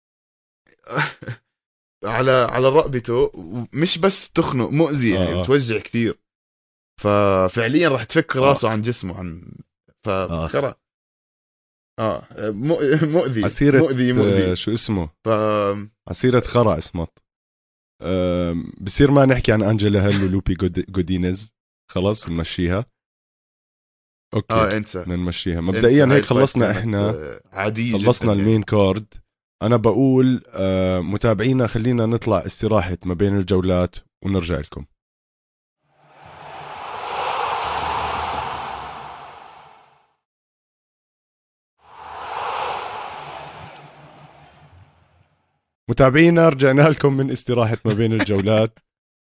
على على رقبته مش بس تخنق مؤذي يعني آه. بتوجع كثير. ففعليا راح تفك راسه آه. عن جسمه عن فخرا اه مؤذي عسيرة مؤذي مؤذي شو اسمه ف عسيرة خرا اسمط. أه بصير ما نحكي عن أنجيلا هيل ولوبي جودينيز خلاص نمشيها. اوكي اه انسى نمشيها مبدئيا هيك خلصنا احنا عادي خلصنا المين كارد. انا بقول آه متابعينا خلينا نطلع استراحة ما بين الجولات ونرجع لكم. متابعينا رجعنا لكم من استراحة ما بين الجولات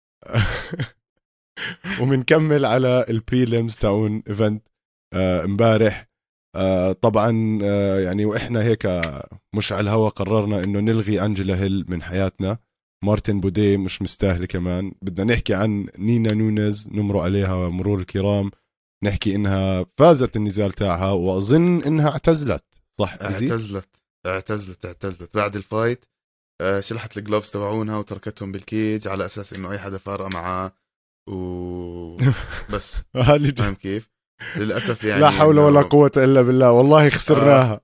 ومنكمل على البريليمز تاعون ايفنت امبارح. آه طبعا آه يعني واحنا هيك مش على الهوا قررنا انه نلغي انجела هيل من حياتنا. مارتن بوديه مش مستاهله كمان. بدنا نحكي عن نينا نونيز نمروا عليها مرور الكرام. نحكي انها فازت النزال تاعها واظن انها اعتزلت. صح؟ اعتزلت اعتزلت اعتزلت بعد الفايت. آه شلحت الجلوفز تبعونها وتركتهم بالكيج على اساس انه اي حدا فارقه معاه وبس. فاهم كيف؟ للاسف يعني لا حول ولا قوه الا بالله. والله خسرناها.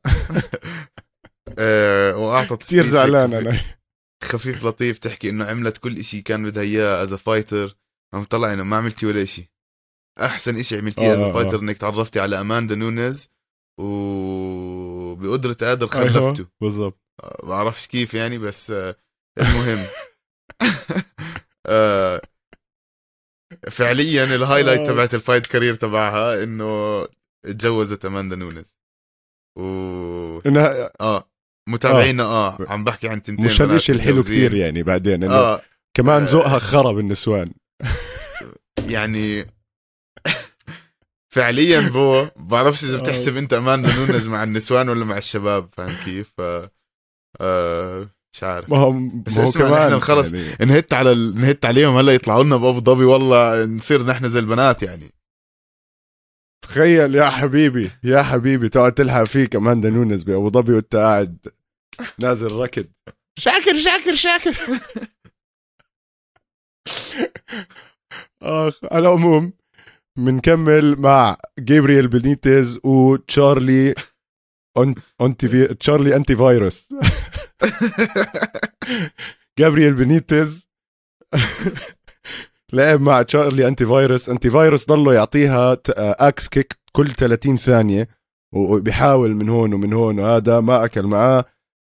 آه واعطت كثير زعلان انا. خفيف لطيف تحكي انه عملت كل اشي كان بدها اياه از فايتر. عم طلع انه ما عملتي ولا اشي. احسن اشي عملتيه از فايتر انك تعرفتي على اماندا نونيز وبقدرة قادر خلفته. أيوه بالضبط. ما اعرفش كيف يعني بس آه المهم. آه فعليا الهايلايت تبعت الفايت كارير تبعها انه اتجوزت اماندا نونيز و انها اه متابعينا اه, آه. عم بحكي عن تنتين مش هالشيء الحلو كتير يعني بعدين انه آه. كمان ذوقها خرب النسوان يعني فعليا بو بعرفش اذا بتحسب انت اماندا نونيز مع النسوان ولا مع الشباب. فاهم كيف؟ ف... آه مش عارف. ما هو بس اسمع نحن خلص يعني... انهت على ال... انهت عليهم هلا يطلعوا لنا بابو ظبي والله نصير نحن زي البنات يعني. تخيل يا حبيبي يا حبيبي تقعد تلحق فيك اماندا نونيز بابو ظبي وانت قاعد نازل ركض شاكر شاكر شاكر. اخ على العموم منكمل مع جابرييل بينيتيز وتشارلي أنتي في... تشارلي أنتي فيروس. جابرييل بينيتيز لعب مع تشارلي أنتي فيروس. أنتي فيروس ضله يعطيها أكس كيك كل ثلاثين ثانية وبيحاول من هون ومن هون وهذا ما أكل معاه.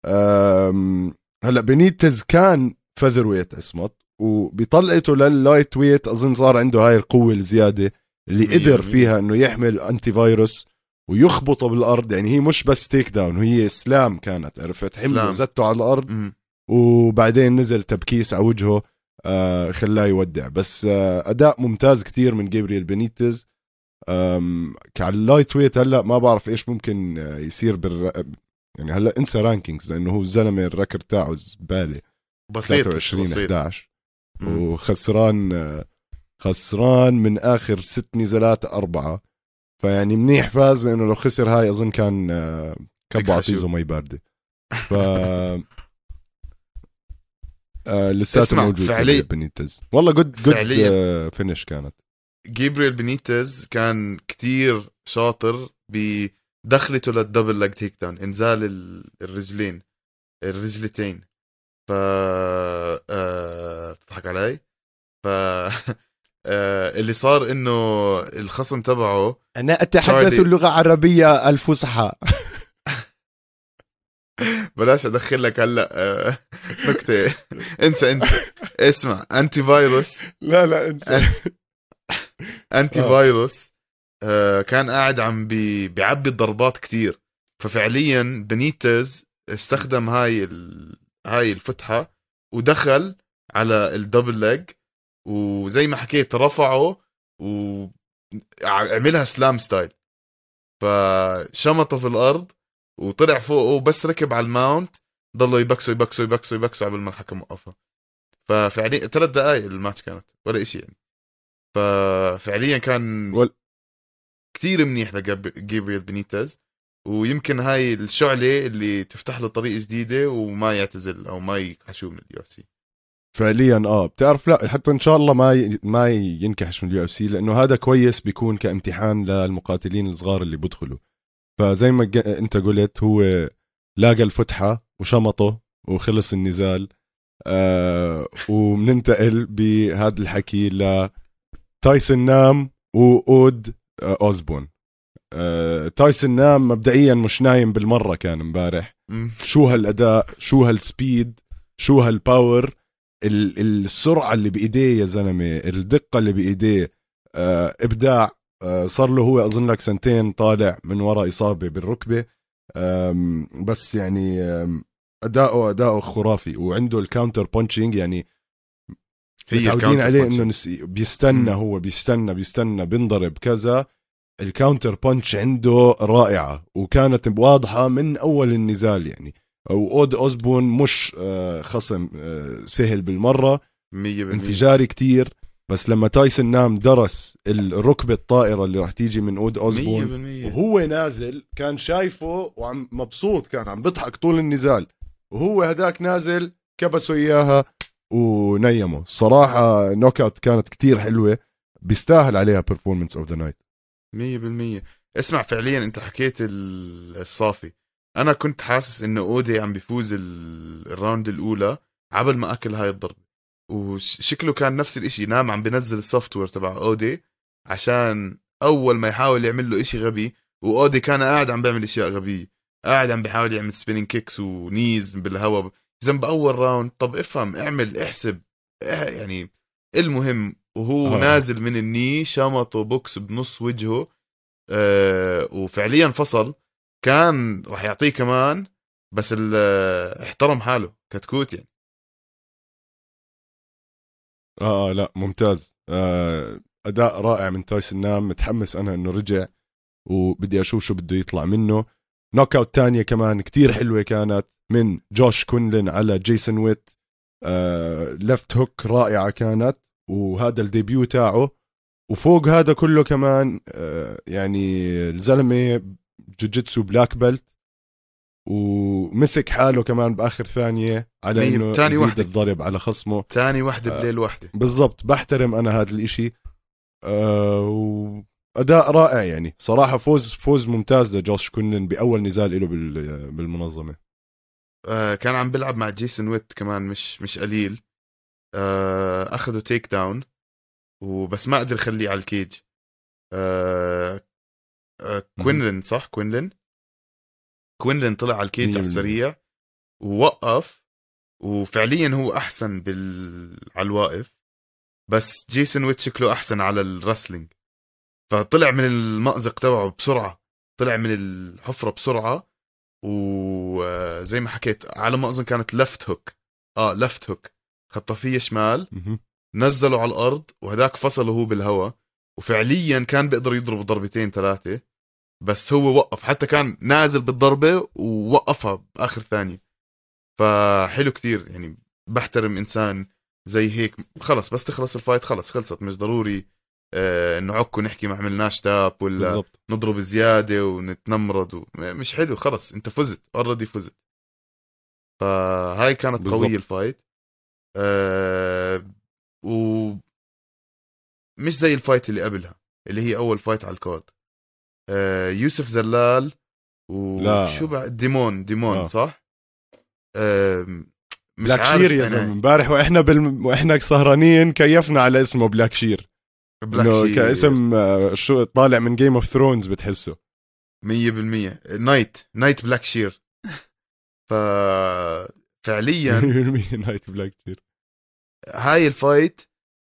هلأ بينيتيز كان فذر ويت اسمط وبطلقته لللايت ويت أظن صار عنده هاي القوة الزيادة اللي قدر فيها انه يحمل انتي فيروس ويخبطه بالارض. يعني هي مش بس تيك داون وهي سلام كانت. عرفت؟ حمله زته على الارض م. وبعدين نزل تبكيس على وجهه آه خلاه يودع. بس آه اداء ممتاز كتير من جابرييل بينيتيز. كعلى اللايت ويت هلا ما بعرف ايش ممكن يصير بال يعني هلا انسى رانكينجز لانه هو الزلمه الركر تاعه زباله بسيط ثلاثة وعشرين احد عشر وخسران آه خسران من آخر ست نزالات أربعة. فيعني منيح فاز لأنه لو خسر هاي أظن كان كبوا عطيزه مي باردة. ف لساته موجود فعلي... بنيتز والله جود جود فينش كانت. جابرييل بينيتز كان كتير شاطر بدخلته للدبل لاج تيك داون انزال الرجلين الرجلتين. ف أه... تضحك علي. ف آه اللي صار انه الخصم تبعه انا اتحدث اللغه العربيه الفصحى. بلاش ادخل لك هلا آه نكته. انسى انت اسمع انتي فيروس. لا لا انسى. انتي آه. فيروس آه كان قاعد عم بي بيعبي الضربات كتير. ففعليا بنيتز استخدم هاي ال... هاي الفتحه ودخل على الدبل لاج وزي ما حكيت رفعه وعملها سلام ستايل. فشمطه في الأرض وطلع فوقه بس ركب على الماونت ضلوا يبكسوا يبكسوا يبكسوا يبكسوا قبل ما الحكم وقفه. ففعليا ثلاث دقائق الماتش كانت ولا إشي يعني. ففعليا كان وال... كتير منيح لجابرييل بينيتز ويمكن هاي الشعلة اللي تفتح له طريق جديدة وما يعتزل أو ما يكحشوه من اليو اف سي. فعليا اه بتعرف لا حتى ان شاء الله ما ي... ما ينكحش من اليو اف سي لانه هذا كويس بيكون كامتحان للمقاتلين الصغار اللي بدخلوا. فزي ما ج... انت قلت هو لاقى الفتحه وشمطه وخلص النزال. آه ومننتقل بهذا الحكي ل تايسون نام واود آه اوزبون. آه تايسون نام مبدئيا مش نايم بالمره كان امبارح. شو هالاداء شو هالسبيد شو هالباور السرعة اللي بإيديه يا زلمة الدقة اللي بإيديه. آه إبداع. آه صار له هو أظن لك سنتين طالع من وراء إصابة بالركبة. بس يعني اداؤه اداؤه خرافي، وعنده الكاونتر بونشينج يعني هي متعودين عليه انه punching. نس... بيستنى مم. هو بيستنى بيستنى بينضرب كذا. الكاونتر بونش عنده رائعة وكانت واضحة من أول النزال يعني. وأود أوزبون مش آه، خصم آه، سهل بالمرة، مية بالمية. انفجاري كتير، بس لما تايسون نام درس الركبة الطائرة اللي راح تيجي من أود مية أوزبون بالمية. وهو نازل كان شايفه وعم مبسوط، كان عم بضحك طول النزال، وهو هداك نازل كبسه إياها ونيمه. صراحة نوك اوت كانت كتير حلوة، بيستاهل عليها performance of the night. مية بالمية. اسمع، فعليا انت حكيت ال- الصافي. انا كنت حاسس انه اودي عم بيفوز ال- الراوند الاولى عبل ما اكل هاي الضربة، وشكله كان نفس الاشي، نام عم بنزل السوفت وير تبع اودي عشان اول ما يحاول يعمل له اشي غبي. واودي كان قاعد عم بيعمل اشياء غبية، قاعد عم بيحاول يعمل سبيننج كيكس ونيز بالهواء زنب اول راوند. طب افهم، اعمل، احسب يعني. المهم وهو آه. نازل من الني شمطه بوكس بنص وجهه، أه وفعليا فصل. كان راح يعطيه كمان، بس احترم حاله كتكوت يعني. اه لا ممتاز، آه اداء رائع من تايسون نام. متحمس انا انه رجع وبدي اشوف شو بده يطلع منه. نوك اوت تانية كمان كتير حلوة كانت من جوش كوينلين على جيسون ويت، آه لفت هوك رائعة كانت، وهذا الديبيو تاعه. وفوق هذا كله كمان آه يعني الزلمة جوجيتسو بلاك بيلت، ومسك حاله كمان باخر ثانية على مية. انه تاني يزيد وحدة الضرب على خصمه. تاني وحدة آه بليل وحدة. بالضبط، بحترم انا هذا الاشي. آه واداء رائع يعني صراحة. فوز فوز ممتاز لجوش كونلين باول نزال له بالمنظمة. آه كان عم بلعب مع جيسون ويت كمان، مش مش قليل. آه اخذوا تيك داون وبس ما قدر يخليه على الكيج. آه آه كوينلين، صح كوينلين كوينلين طلع على الكيج على السريع ووقف، وفعليا هو احسن بال على الواقف، بس جيسون ويت شكله احسن على الرسلينج. فطلع من المأزق تبعه بسرعة، طلع من الحفرة بسرعة، وزي ما حكيت على ما اظن كانت لفت هوك. اه لفت هوك خطافية شمال، نزلوا على الارض وهداك فصله هو بالهواء. وفعليا كان بيقدر يضرب ضربتين ثلاثة، بس هو وقف، حتى كان نازل بالضربة ووقفها بآخر ثانية. فحلو كتير يعني. بحترم إنسان زي هيك. خلص بس تخلص الفايت خلص خلصت، مش ضروري آه انه عكو نحكي ما عملناش تاب ولا بالضبط. نضرب زيادة ونتنمرد و... مش حلو. خلص انت فزت اوريدي فزت. فهاي كانت بالضبط. قوية الفايت. آه و مش زي الفايت اللي قبلها اللي هي اول فايت على الكود. آه يوسف زلال وشو لا بعد ديمون ديمون آه. صح. آه مش بلاك عارف شير يا أنا. زلمه. امبارح واحنا بال... واحنا سهرانين كيفنا على اسمه بلاك شير، بلاك انه شير كاسم آه، شو طالع من جيم اوف ثرونز بتحسه. مية بالمية نايت نايت بلاك شير. ف فعليا نايت بلاك شير. هاي الفايت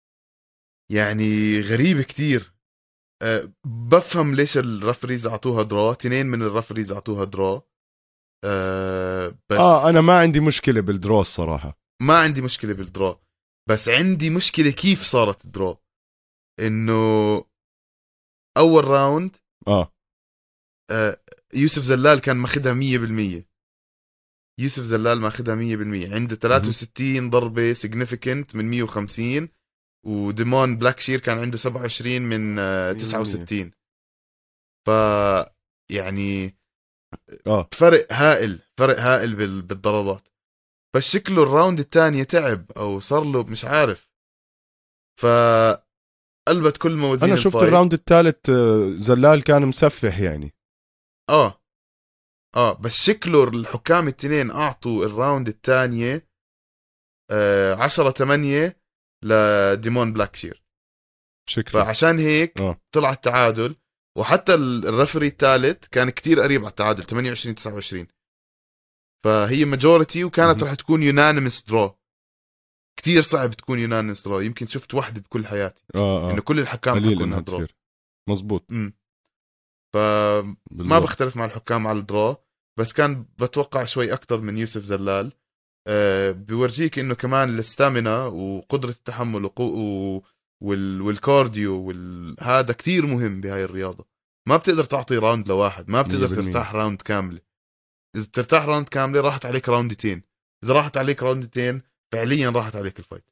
يعني غريب كتير. أه بفهم ليش الرفريز اعطوها درا، تنين من الرفريز اعطوها درا. أه بس اه انا ما عندي مشكله بالدرو الصراحه. ما عندي مشكله بالدرا، بس عندي مشكله كيف صارت درا. انه اول راوند اه أه يوسف زلال كان ماخدها مية بالمية. يوسف زلال ماخدها مية بالمية، عنده ثلاثة وستين ضربه سيجنيفيكنت من مية وخمسين، وديمون بلاك شير كان عنده سبعة وعشرين من أه تسعة وستين. ف يعني اه فرق هائل، فرق هائل بال... بالضربات. بس شكله الراوند الثانية تعب او صار له مش عارف. ف قلبت كل موازين انا شفت الفايت. الراوند الثالث زلال كان مسفح يعني. اه اه بس شكله الحكام التنين اعطوا الراوند الثانية آه عشرة ثمانية لديمون بلاكشير. شكله فعشان هيك اه طلع التعادل. وحتى الرفري الثالث كان كتير قريب على التعادل ثمانية وعشرين تسعة وعشرين. فهي ماجوريتي وكانت رح تكون يونانيمس درو. كتير صعب تكون يونانيمس درو، يمكن شفت واحدة بكل حياتي اه انه اه كل الحكام قليل حكوا انها انها درو. تصير. مزبوط. امم فما بالزبط. بختلف مع الحكام على الدرو، بس كان بتوقع شوي أكتر من يوسف زلال. أه بيورجيك إنه كمان الاستامينا وقدرة التحمل وقو وال والكارديو وهذا كتير مهم بهاي الرياضة. ما بتقدر تعطي راوند لواحد، ما بتقدر ترتاح راوند كاملة. إذا بترتاح راوند كاملة راحت عليك راوندتين، إذا راحت عليك راوندتين فعليا راحت عليك الفايت.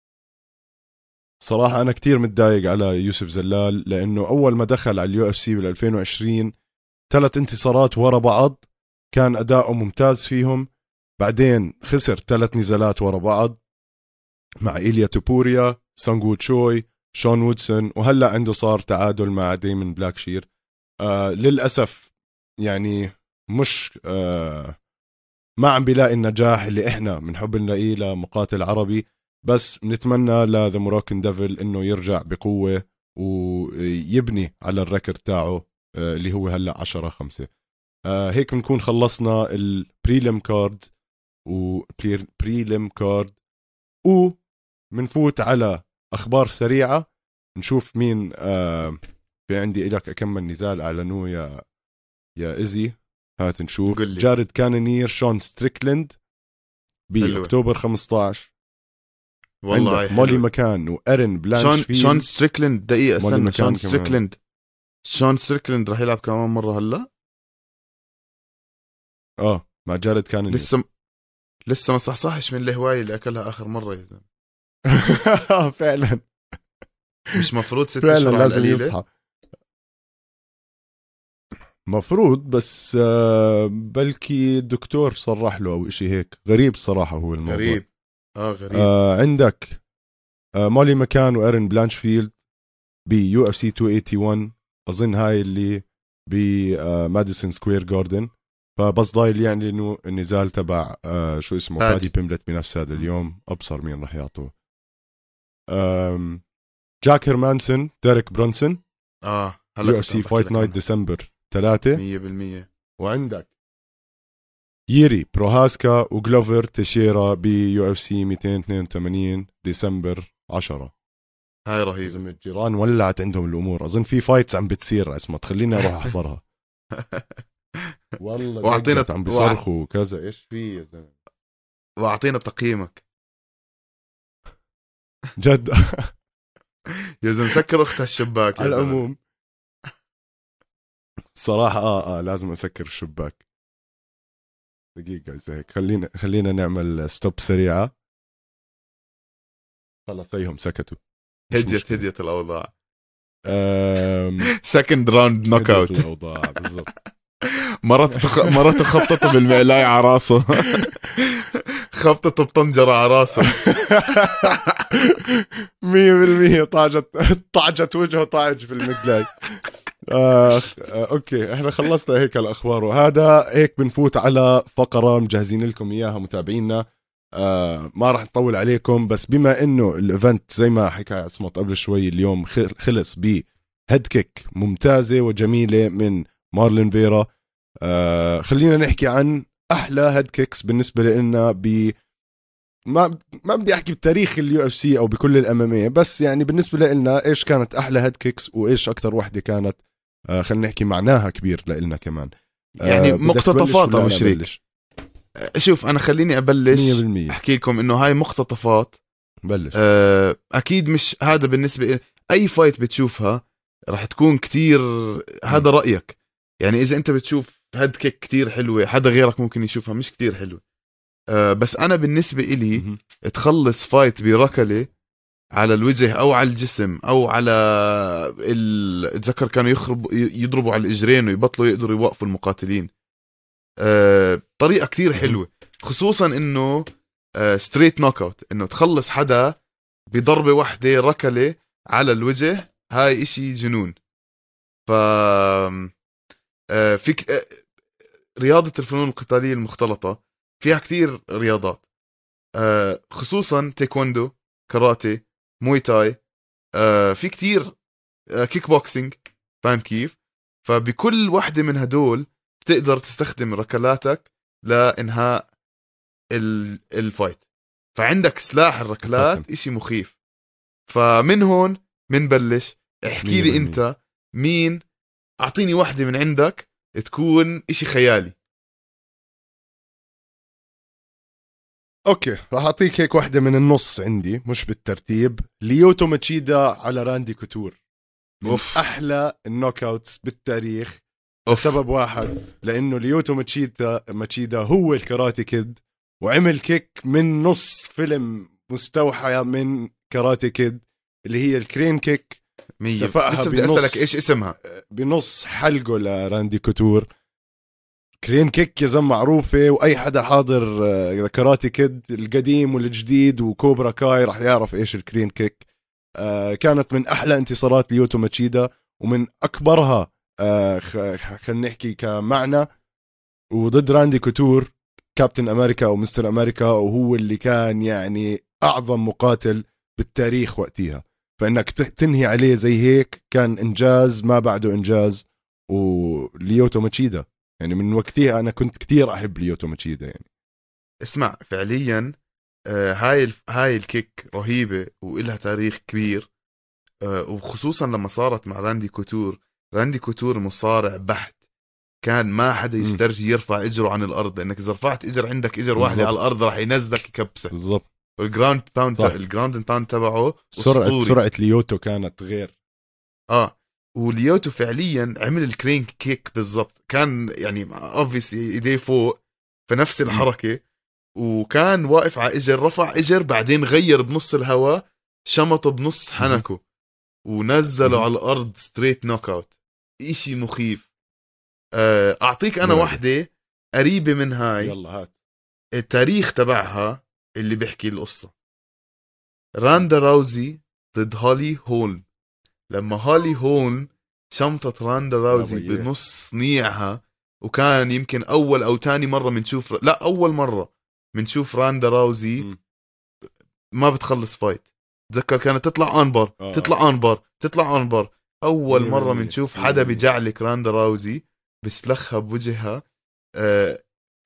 صراحة أنا كتير متضايق على يوسف زلال، لأنه أول ما دخل على اليو اف سي بال ألفين وعشرين ثلاث انتصارات ورا بعض كان أداؤه ممتاز فيهم، بعدين خسر ثلاث نزالات ورا بعض مع إيليا توبوريا، سانغو تشوي، شون وودسون، وهلأ عنده صار تعادل مع ديمن بلاكشير. آه للأسف يعني مش آه ما عم بيلاقي النجاح اللي إحنا بنحب نلاقيه لمقاتل عربي، بس نتمنى لذا موروكن ديفل إنه يرجع بقوة ويبني على الركر تاعه آه اللي هو هلأ عشرة خمسة. آه هيك بنكون خلصنا البريلم كارد وبريلم كارد ومنفوت على أخبار سريعة نشوف مين. آه في عندي إلك أكمل نزال أعلنوه يا يا إزي، هات نشوف. جارد كانونير شون ستريكلند بأكتوبر خمستاشر. والله عندك مولي مكان وأرن بلانشفيلد. شون, شون ستريكلند دقيقة استنى، شون ستريكلند شون ستريكلند رح يلعب كمان مرة هلا. اه مع جارد كانونير. لسه لسه ما صحصحش من الهواية اللي أكلها آخر مرة يا زلمة. فعلا مش مفروض ست أشهر على القليلة؟ مفروض، بس بلكي الدكتور صرح له أو إشي هيك غريب الصراحة. هو الموضوع غريب. آه غريب. آه عندك آه مولي مكان وإيرن بلانشفيلد بيو اف سي مئتين وواحد وثمانين، أظن هاي اللي بماديسون سكوير جاردن. فبس ضايل يعني إنه النزال تبع آه شو اسمه بادي, بادي بيملت بنفس هذا اليوم. أبصر مين رح يعطوه. جاك هيرمانسون ديريك برونسون اه هلا يو اف سي فايت نايت ديسمبر ثلاثة مية بالمية. وعندك ييري بروهاسكا وغلوفر تشيرا بيو اف سي مئتين واثنين وثمانين ديسمبر عشرة. هاي رهيبة. الجيران ولعت عندهم الأمور. أظن في فايتس عم بتصير اسمها تخليني أروح أحضرها. والله واعطينا عم بيصرخوا وكذا. إيش في يا زلمة؟ واعطينا تقييمك جد. يا زلمة سكر أختها الشباك. على العموم صراحة آه آه لازم أسكر الشباك. دقيقة إذا هيك خلينا خلينا نعمل ستوب سريعة. خلص هيهم سكتوا. هديت هديت الأوضاع. أم... سكند راوند نوك اوت. الأوضاع بالضبط. مرته تخ... مرته خبطته بالمعلاية على راسه. خبطته بطنجرة على راسه. مية بالمية طاجت طاجت وجهه طاج بالمقلاي. آه، اوكي احنا خلصنا هيك الاخبار، وهذا هيك بنفوت على فقره مجهزين لكم اياها متابعينا. آه ما راح نطول عليكم، بس بما انه الايفنت زي ما حكى عصمت قبل شوي اليوم خلص بهيد كيك ممتازه وجميله من مارلين فيرا. آه خلينا نحكي عن احلى هيد كيكس بالنسبه لنا ب ما ما بدي احكي بتاريخ اليو اف سي او بكل الاماميه، بس يعني بالنسبه لنا ايش كانت احلى هيد كيكس وايش اكثر وحده كانت آه خلينا نحكي معناها كبير لنا كمان. آه يعني مقتطفات او شريك. شوف انا خليني ابلش مية بالمية. احكي لكم انه هاي مقتطفات. بلش. آه اكيد مش هذا بالنسبه اي فايت بتشوفها راح تكون كتير هذا رايك. يعني اذا انت بتشوف هيد كيك كتير حلوه حدا غيرك ممكن يشوفها مش كتير حلوه. أه بس أنا بالنسبة إلي تخلص فايت بركلة على الوجه أو على الجسم أو على ال... اتذكر كانوا يخرب يضربوا على الإجرين ويبطلوا يقدروا يوقفوا المقاتلين. أه طريقة كتير حلوة، خصوصا إنه أه ستريت نوك اوت، إنه تخلص حدا بضربة واحدة ركلة على الوجه. هاي إشي جنون. ف أه فيك أه رياضة الفنون القتالية المختلطة فيها كتير رياضات، أه خصوصا تايكوندو، كاراتي، موي تاي، أه في كتير أه كيك بوكسينج. فاهم كيف؟ فبكل واحدة من هدول بتقدر تستخدم ركلاتك لإنهاء الفايت. فعندك سلاح الركلات إشي مخيف. فمن هون منبلش احكي لي انت مين، اعطيني واحدة من عندك تكون إشي خيالي. اوكي راح اعطيك هيك واحدة من النص عندي مش بالترتيب. ليوتو ماتشيدا على راندي كوتور من أوف. احلى النوك اوتس بالتاريخ لسبب واحد، لانه ليوتو ماتشيدا ماتشيدا هو الكاراتي كيد، وعمل كيك من نص فيلم مستوحى من كاراتي كيد اللي هي الكرين كيك. لسه بدي اسالك ايش اسمها بنص حلقه لراندي كوتور. كرين كيك يا زلمه معروفه، واي حدا حاضر كاراتي كيد القديم والجديد وكوبرا كاي راح يعرف ايش الكرين كيك. كانت من احلى انتصارات ليوتو ماتشيدا ومن اكبرها خلينا نحكي كمعنى، وضد راندي كوتور كابتن امريكا او مستر امريكا، وهو اللي كان يعني اعظم مقاتل بالتاريخ وقتها. فانك تنهي عليه زي هيك كان انجاز ما بعده انجاز. وليوتو ماتشيدا يعني من وقتها انا كنت كتير احب ليوتو ماتشيدا. يعني اسمع فعليا آه هاي هاي الكيك رهيبه وإلها تاريخ كبير، آه وخصوصا لما صارت مع راندي كوتور. راندي كوتور مصارع بحت، كان ما حدا يسترجي يرفع اجره عن الارض، لانك اذا رفعت اجر عندك اجر واحده على الارض راح ينزلك يكبسك بالضبط. والجراوند باوند الجراوند باوند تبعه سرعه سرعه ليوتو كانت غير. اه وليوتو فعليا عمل الكرين كيك بالضبط، كان يعني اوبفيس ايديه فوق في نفس الحركه، وكان واقف على اجر، رفع اجر بعدين غير بنص الهواء شمطه بنص حنكه ونزله على الارض ستريت نوك اوت. اشي مخيف. اعطيك انا واحده قريبه من هاي. يلا هات. التاريخ تبعها اللي بيحكي القصه. راندا راوزي ضد هولي هولم. لما هولي هولم شمطت راندا راوزي بنص صنيعها، وكان يمكن اول او تاني مره منشوف، لا اول مره منشوف راندا راوزي م. ما بتخلص فايت. تذكر كانت تطلع انبر آه. تطلع انبر تطلع انبر اول مية مره منشوف حدا بيجعلك راندا راوزي بسلخها بوجهها. أه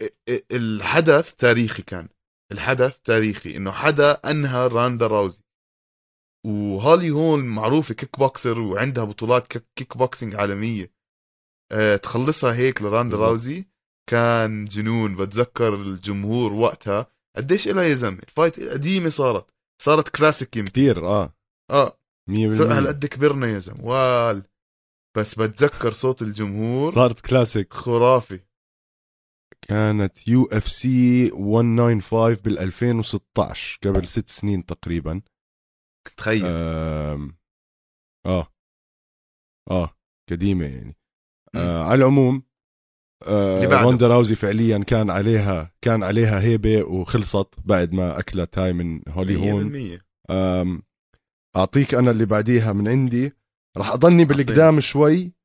الحدث تاريخي، كان الحدث تاريخي انه حدا انهى راندا راوزي. وهولي هول معروفة كيك بوكسر وعندها بطولات كيك بوكسينج عالمية. أه تخلصها هيك لراندا راوزي كان جنون. بتذكر الجمهور وقتها قديش إلها يا زلمة. الفايت قديمة، صارت صارت كلاسيك يمكن كتير. اه اه هالقد كبرنا يا زلمة وال. بس بتذكر صوت الجمهور صارت كلاسيك خرافي. كانت يو اف سي مية وخمسة وتسعين بال ألفين وستة عشر قبل ست سنين تقريبا. تخيل. آه اه اه قديمة يعني. آه على العموم آه روندا راوزي فعليا كان عليها كان عليها هيبة وخلصت بعد ما أكلت هاي من هولي هون. أعطيك أنا اللي بعديها من عندي. راح أضلني بالقدام شوي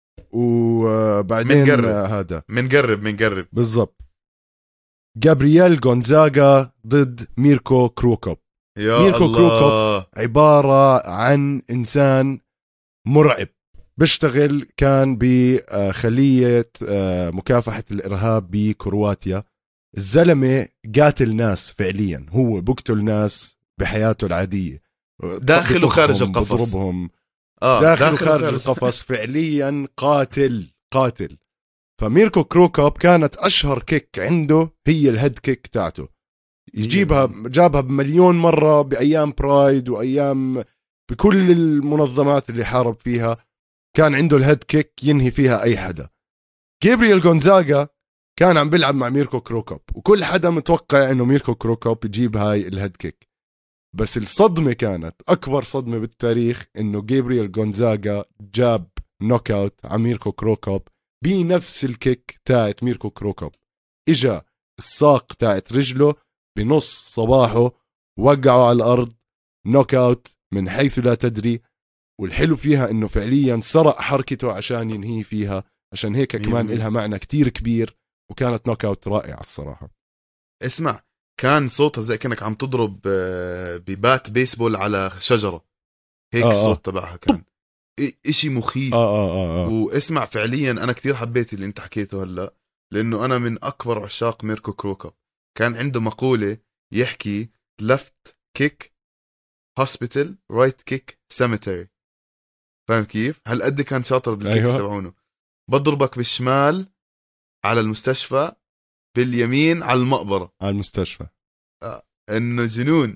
وبعدين منقرب. هذا منقرب منقرب بالضبط. جابرييل غونزاغا ضد ميركو كروكوب. يا ميركو الله. كروكوب عبارة عن إنسان مرعب، بيشتغل كان بخلية مكافحة الإرهاب بكرواتيا. الزلمة قاتل ناس فعليا، هو بقتل ناس بحياته العادية، داخل وخارج القفص، بضربهم آه داخل, داخل وخارج القفص. فعليا قاتل قاتل. فميركو كروكوب كانت أشهر كيك عنده هي الهيد كيك تاعته، يجيبها جابها بمليون مرة بأيام برايد وأيام بكل المنظمات اللي حارب فيها. كان عنده الهيد كيك ينهي فيها أي حدا. جابرييل غونزاغا كان عم بيلعب مع ميركو كروكوب، وكل حدا متوقع إنه ميركو كروكوب يجيب هاي الهيد كيك. بس الصدمة كانت أكبر صدمة بالتاريخ إنه جابرييل غونزاغا جاب نوك اوت على ميركو كروكوب بنفس الكيك تاعت ميركو كروكوب. إجا الساق تاعت رجله بنص صباحه، وقعوا على الأرض نوك اوت من حيث لا تدري. والحلو فيها إنه فعليا سرق حركته عشان ينهي فيها، عشان هيك كمان إلها معنى كتير كبير. وكانت نوك اوت رائعة الصراحة. اسمع، كان صوتها زي كأنك عم تضرب ببات بيسبول على شجرة هيك. آه الصوت آه. تبعها كان إشي مخيف. آه آه آه آه. واسمع فعليا أنا كتير حبيت اللي انت حكيته هلأ، لأنه أنا من أكبر عشاق ميركو كروكوب. كان عنده مقولة يحكي left kick hospital right kick cemetery. فاهم كيف؟ هالقد كان شاطر بالكيكس أيوة. تبعونه. بضربك بالشمال على المستشفى، باليمين على المقبرة. على المستشفى آه. انه جنون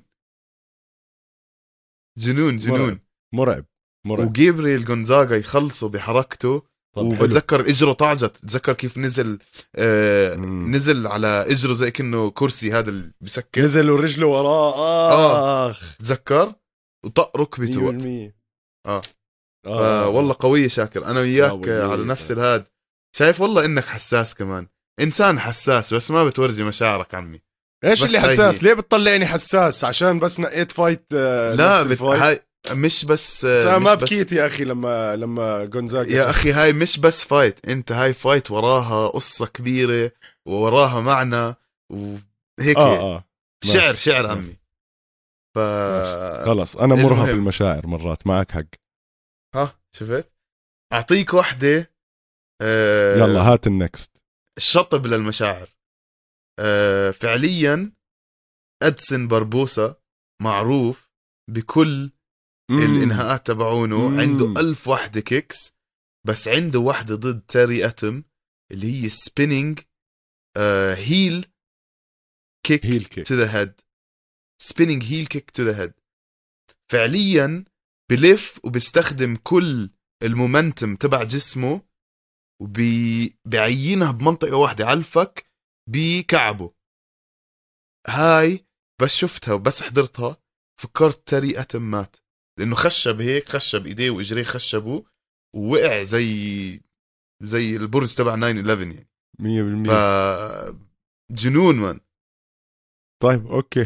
جنون جنون مرعب مرعب. وجيبريل غونزاغا يخلصوا بحركته. وبتذكر اجره طاجت، تذكر كيف نزل آه نزل على اجره زي كأنه كرسي هذا اللي بسكر، نزل ورجله وراه اه, آه. تذكر وطق ركبته وقت اه, آه. والله قوية شاكر. انا وياك آه على نفس الهاد. شايف والله انك حساس كمان، انسان حساس بس ما بتورجي مشاعرك عمي. ايش اللي حساس؟ ليه بتطلعني حساس عشان بس نقيت فايت؟ آه لا بت... هاي مش بس آه ما بكيت يا اخي لما لما غونزاغا يا اخي هاي مش بس فايت، انت هاي فايت وراها قصة كبيرة ووراها معنى وهيك آه آه. شعر شعر عمي. ف خلص انا مرهف المشاعر مرات، معك حق. ها شفت؟ اعطيك واحدة آه... يلا هات النكست. الشطب للمشاعر. آه... فعليا أدسن باربوسا معروف بكل مم. الانهاءات تبعونه. مم. عنده ألف واحدة كيكس، بس عنده واحدة ضد تيري أتم اللي هي سبينينج آه... هيل كيك هيل كيك تو ذا هيد. سبينينج هيل كيك تو ذا هيد. فعليا بلف وبيستخدم كل المومنتم تبع جسمه وبيعينها بمنطقة واحدة على الفك بكعبه. هاي بس شفتها وبس حضرتها فكرت تيري أتم مات، لأنه خشب هيك، خشب إيديه وإجريه خشبه ووقع زي زي البرج تبع ناين إليفن يعني مية بالمية. ف جنون من. طيب أوكي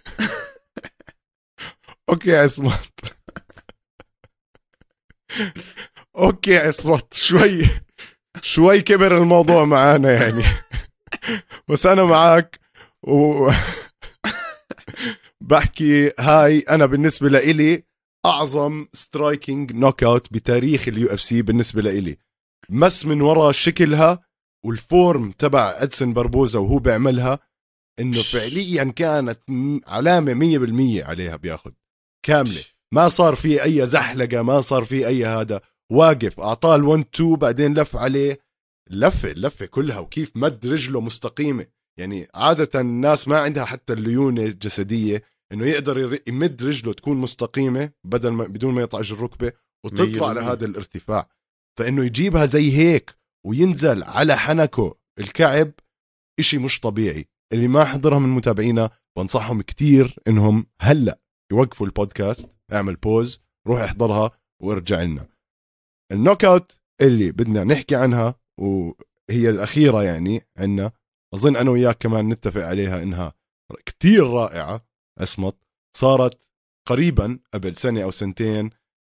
أوكي يا عصمت أوكي يا عصمت، شوي شوي كبر الموضوع معانا يعني بس أنا معك و بحكي هاي أنا بالنسبة لإلي أعظم سترايكينج نوك أوت بتاريخ اليو اف سي بالنسبة لإلي. مس من وراء شكلها والفورم تبع أدسن باربوزا وهو بيعملها، إنه فعليا كانت علامة مية بالمية عليها بياخد كاملة. ما صار فيه أي زحلقة، ما صار فيه أي هذا، واقف أعطاه الون تو بعدين لف عليه لفة لفة كلها، وكيف مد رجله مستقيمة. يعني عادة الناس ما عندها حتى الليونة الجسدية انه يقدر يمد رجله تكون مستقيمة بدل ما بدون ما يطعج الركبة وتطلع لهذا الارتفاع. فانه يجيبها زي هيك وينزل على حنكه الكعب اشي مش طبيعي. اللي ما حضرها من متابعينا بنصحهم كتير انهم هلأ يوقفوا البودكاست، اعمل بوز، روح احضرها وارجع لنا. النوك اوت اللي بدنا نحكي عنها وهي الأخيرة يعني عنا، أظن أنا وياك كمان نتفق عليها إنها كتير رائعة. أسمط صارت قريبا قبل سنة أو سنتين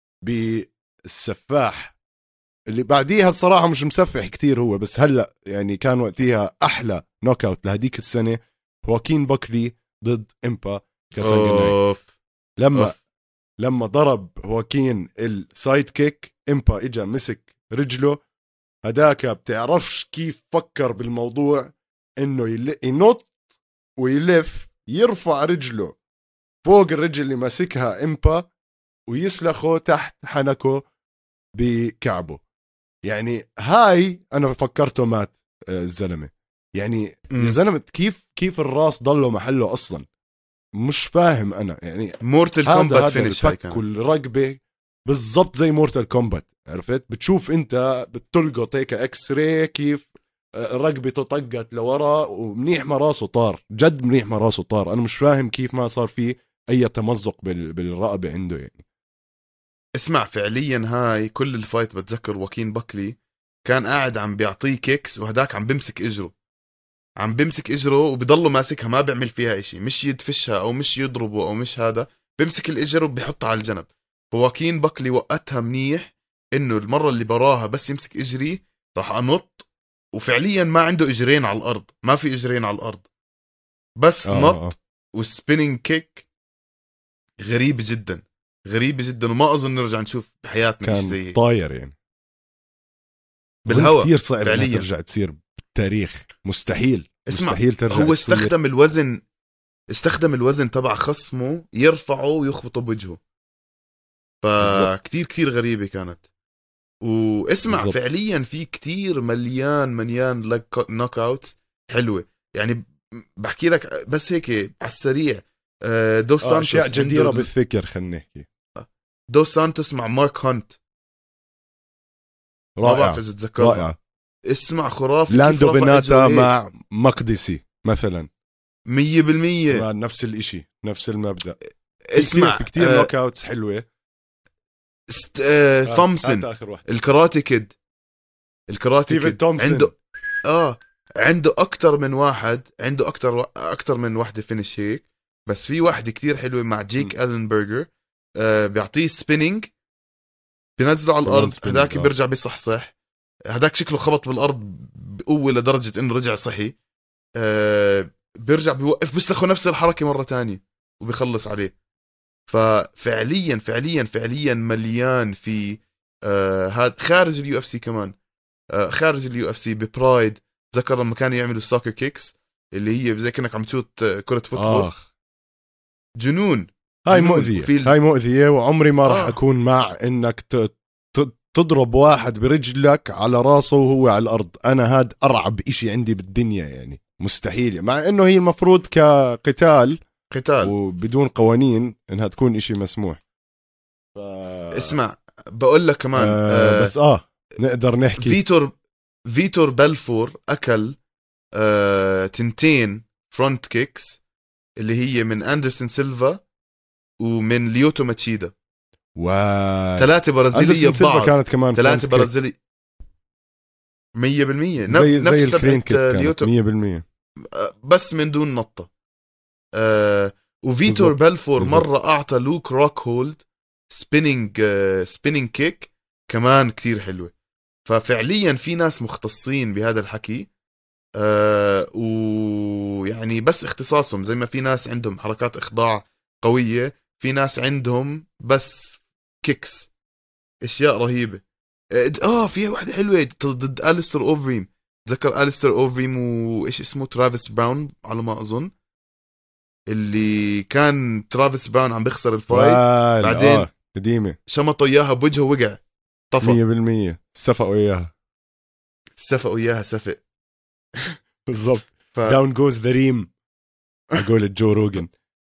بالسفاح اللي بعديها الصراحة مش مسفح كتير هو، بس هلأ يعني كان وقتها أحلى نوك أوت لهديك السنة، هواكين بوكلي ضد إمبا كاسانجناي. لما أوف. لما ضرب هواكين السايد كيك إمبا إجا مسك رجله، هداك بتعرفش كيف فكر بالموضوع إنه ينط ويلف يرفع رجله فوق الرجل اللي ماسكها إمبا ويسلخه تحت حنكه بكعبه. يعني هاي أنا فكرته مات الزلمة. يعني م. يا زلمة كيف كيف الراس ضله محله أصلا، مش فاهم أنا. يعني مورتال كومبات فينيش هاي كان والرقبة بالضبط زي مورتال كومبات، عرفت؟ بتشوف أنت بتلقط هيك اكس راي كيف رقبته طقت لورا ومنيح ما راسه طار، جد منيح ما راسه طار. أنا مش فاهم كيف ما صار فيه أي تمزق بالرقبة عنده. يعني اسمع فعليا هاي كل الفايت بتذكر واكين بكلي كان قاعد عم بيعطيه كيكس وهداك عم بمسك اجره، عم بمسك اجره وبيضله ماسكها ما بيعمل فيها اشي، مش يدفشها او مش يضربه او مش هذا، بمسك الاجر وبيحطها على الجنب. فواكين بكلي وقتها منيح انه المرة اللي براها بس يمسك اجري راح انط، وفعليا ما عنده اجرين على الارض، ما في اجرين على الارض، بس آه. نط والسبينينج كيك غريبة جدا غريبة جدا، وما اظن نرجع نشوف بحياتنا شيء زي طاير يعني بالهواء. كثير صعب ترجع تصير بالتاريخ، مستحيل. اسمع مستحيل ترجع هو استخدم الوزن استخدم الوزن تبع خصمه يرفعه ويخبطه بوجهه، فكتير كتير غريبة كانت. واسمع بالزبط. فعليا في كتير مليان مليان نوك اوت حلوة. يعني بحكي لك بس هيك على السريع. دوس آه سانتوس اشياء جديره عنده... بالذكر خلينا نحكي. دوس سانتوس مع مارك هانت، رائع. ما بعرف اذا تتذكرها. رائع. اسمع خرافي. لاندو بناتا مع مقدسي مثلا مية بالمية نفس الاشي نفس المبدأ. اسمع في كتير نوك اوتس حلوه. است... آه... ثومسون الكاراتي كيد الكاراتي كيد عنده اه عنده اكتر من واحد، عنده اكتر و... اكتر من واحده فينش هيك. بس في واحده كتير حلوه مع جيك الين برجر، آه بيعطيه سبيننج بينزله على الارض، هداك آه. بيرجع بيصحصح. هداك شكله خبط بالارض بقوه لدرجه انه رجع صحي، آه بيرجع بيوقف بيسلخه نفس الحركه مره تانية وبيخلص عليه. ففعليا فعليا فعليا مليان في آه هذا خارج اليو اف سي كمان. آه خارج اليو اف سي ببرايد، ذكر لما كانوا يعملوا سوكر كيكس اللي هي زي كأنك عم تشوت كرة فوتبول. آه. جنون. هاي مؤذية في... هاي مؤذية وعمري ما راح آه. أكون مع إنك ت... ت... تضرب واحد برجلك على راسه وهو على الأرض. أنا هاد أرعب إشي عندي بالدنيا يعني، مستحيل. مع إنه هي المفروض كقتال قتال وبدون قوانين إنها تكون إشي مسموح. ف... اسمع بقول لك كمان آه آه بس آه نقدر نحكي فيتور فيتور بلفور أكل آه تنتين فرونت كيكس اللي هي من أندرسون سيلفا ومن ليوتو ماتشيدا. واو. ثلاثة برازيلية ببعض. كانت كمان ثلاثة برازيلي مية بالمية زي نفس زي الكرين كيك ليوتو مية بالمية بس من دون نطة. آه وفيتور بالزبط. بلفور بالزبط. مرة أعطى لوك روك هولد سبينينج آه سبينينج كيك كمان كتير حلوة. ففعليا في ناس مختصين بهذا الحكي، آه ويعني بس اختصاصهم زي ما في ناس عندهم حركات إخضاع قوية، في ناس عندهم بس كيكس اشياء رهيبة. اه في واحدة حلوة ضد أليستر أوفريم، تذكر أليستر أوفريم وإيش اسمه ترافيس براون على ما أظن، اللي كان ترافيس براون عم بيخسر الفايت بعدين آه. قديمة شمطوا إياها بوجهه وقع طفى. مية بالمية سفقوا إياها سفقوا إياها سفق بالضبط. ف... داون جوز ذا ريم أقول جو روجن.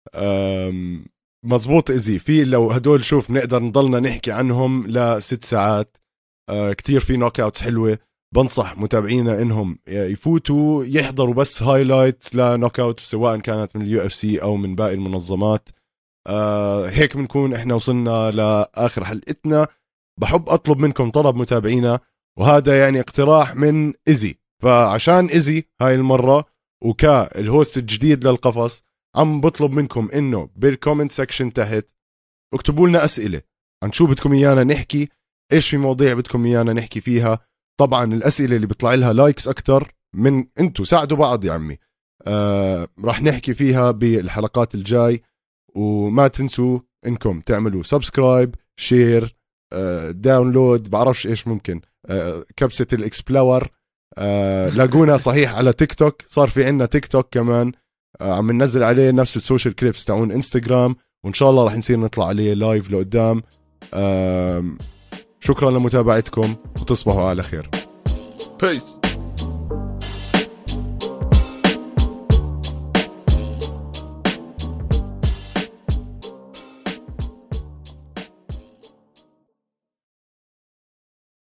مزبوط. إزي في لو هدول شوف نقدر نضلنا نحكي عنهم لست ساعات. أه كتير في نوك اوتس حلوة. بنصح متابعينا إنهم يفوتوا يحضروا بس هايلايت لنوك اوتس سواء كانت من اليو اف سي أو من باقي المنظمات. أه هيك بنكون إحنا وصلنا لآخر حلقتنا. بحب أطلب منكم طلب متابعينا، وهذا يعني اقتراح من إزي. فعشان إزي هاي المرة وكالهوست الجديد للقفص عم بطلب منكم إنه بالكومنت سكشن تحت اكتبوا لنا أسئلة عن شو بدكم إيانا نحكي، إيش في مواضيع بدكم إيانا نحكي فيها. طبعا الأسئلة اللي بيطلع لها لايكس أكتر من أنتوا ساعدوا بعض يا عمي. آه راح نحكي فيها بالحلقات الجاي. وما تنسوا إنكم تعملوا سبسكرايب شير آه داونلود بعرفش إيش ممكن آه كبسة الإكسبلور. آه لاقونا صحيح على تيك توك، صار في عنا تيك توك كمان آه عم ننزل عليه نفس السوشيال كليبس تاعون انستغرام، وإن شاء الله راح نصير نطلع عليه لايف لقدام. آه شكرا لمتابعتكم وتصبحوا على خير. بيس.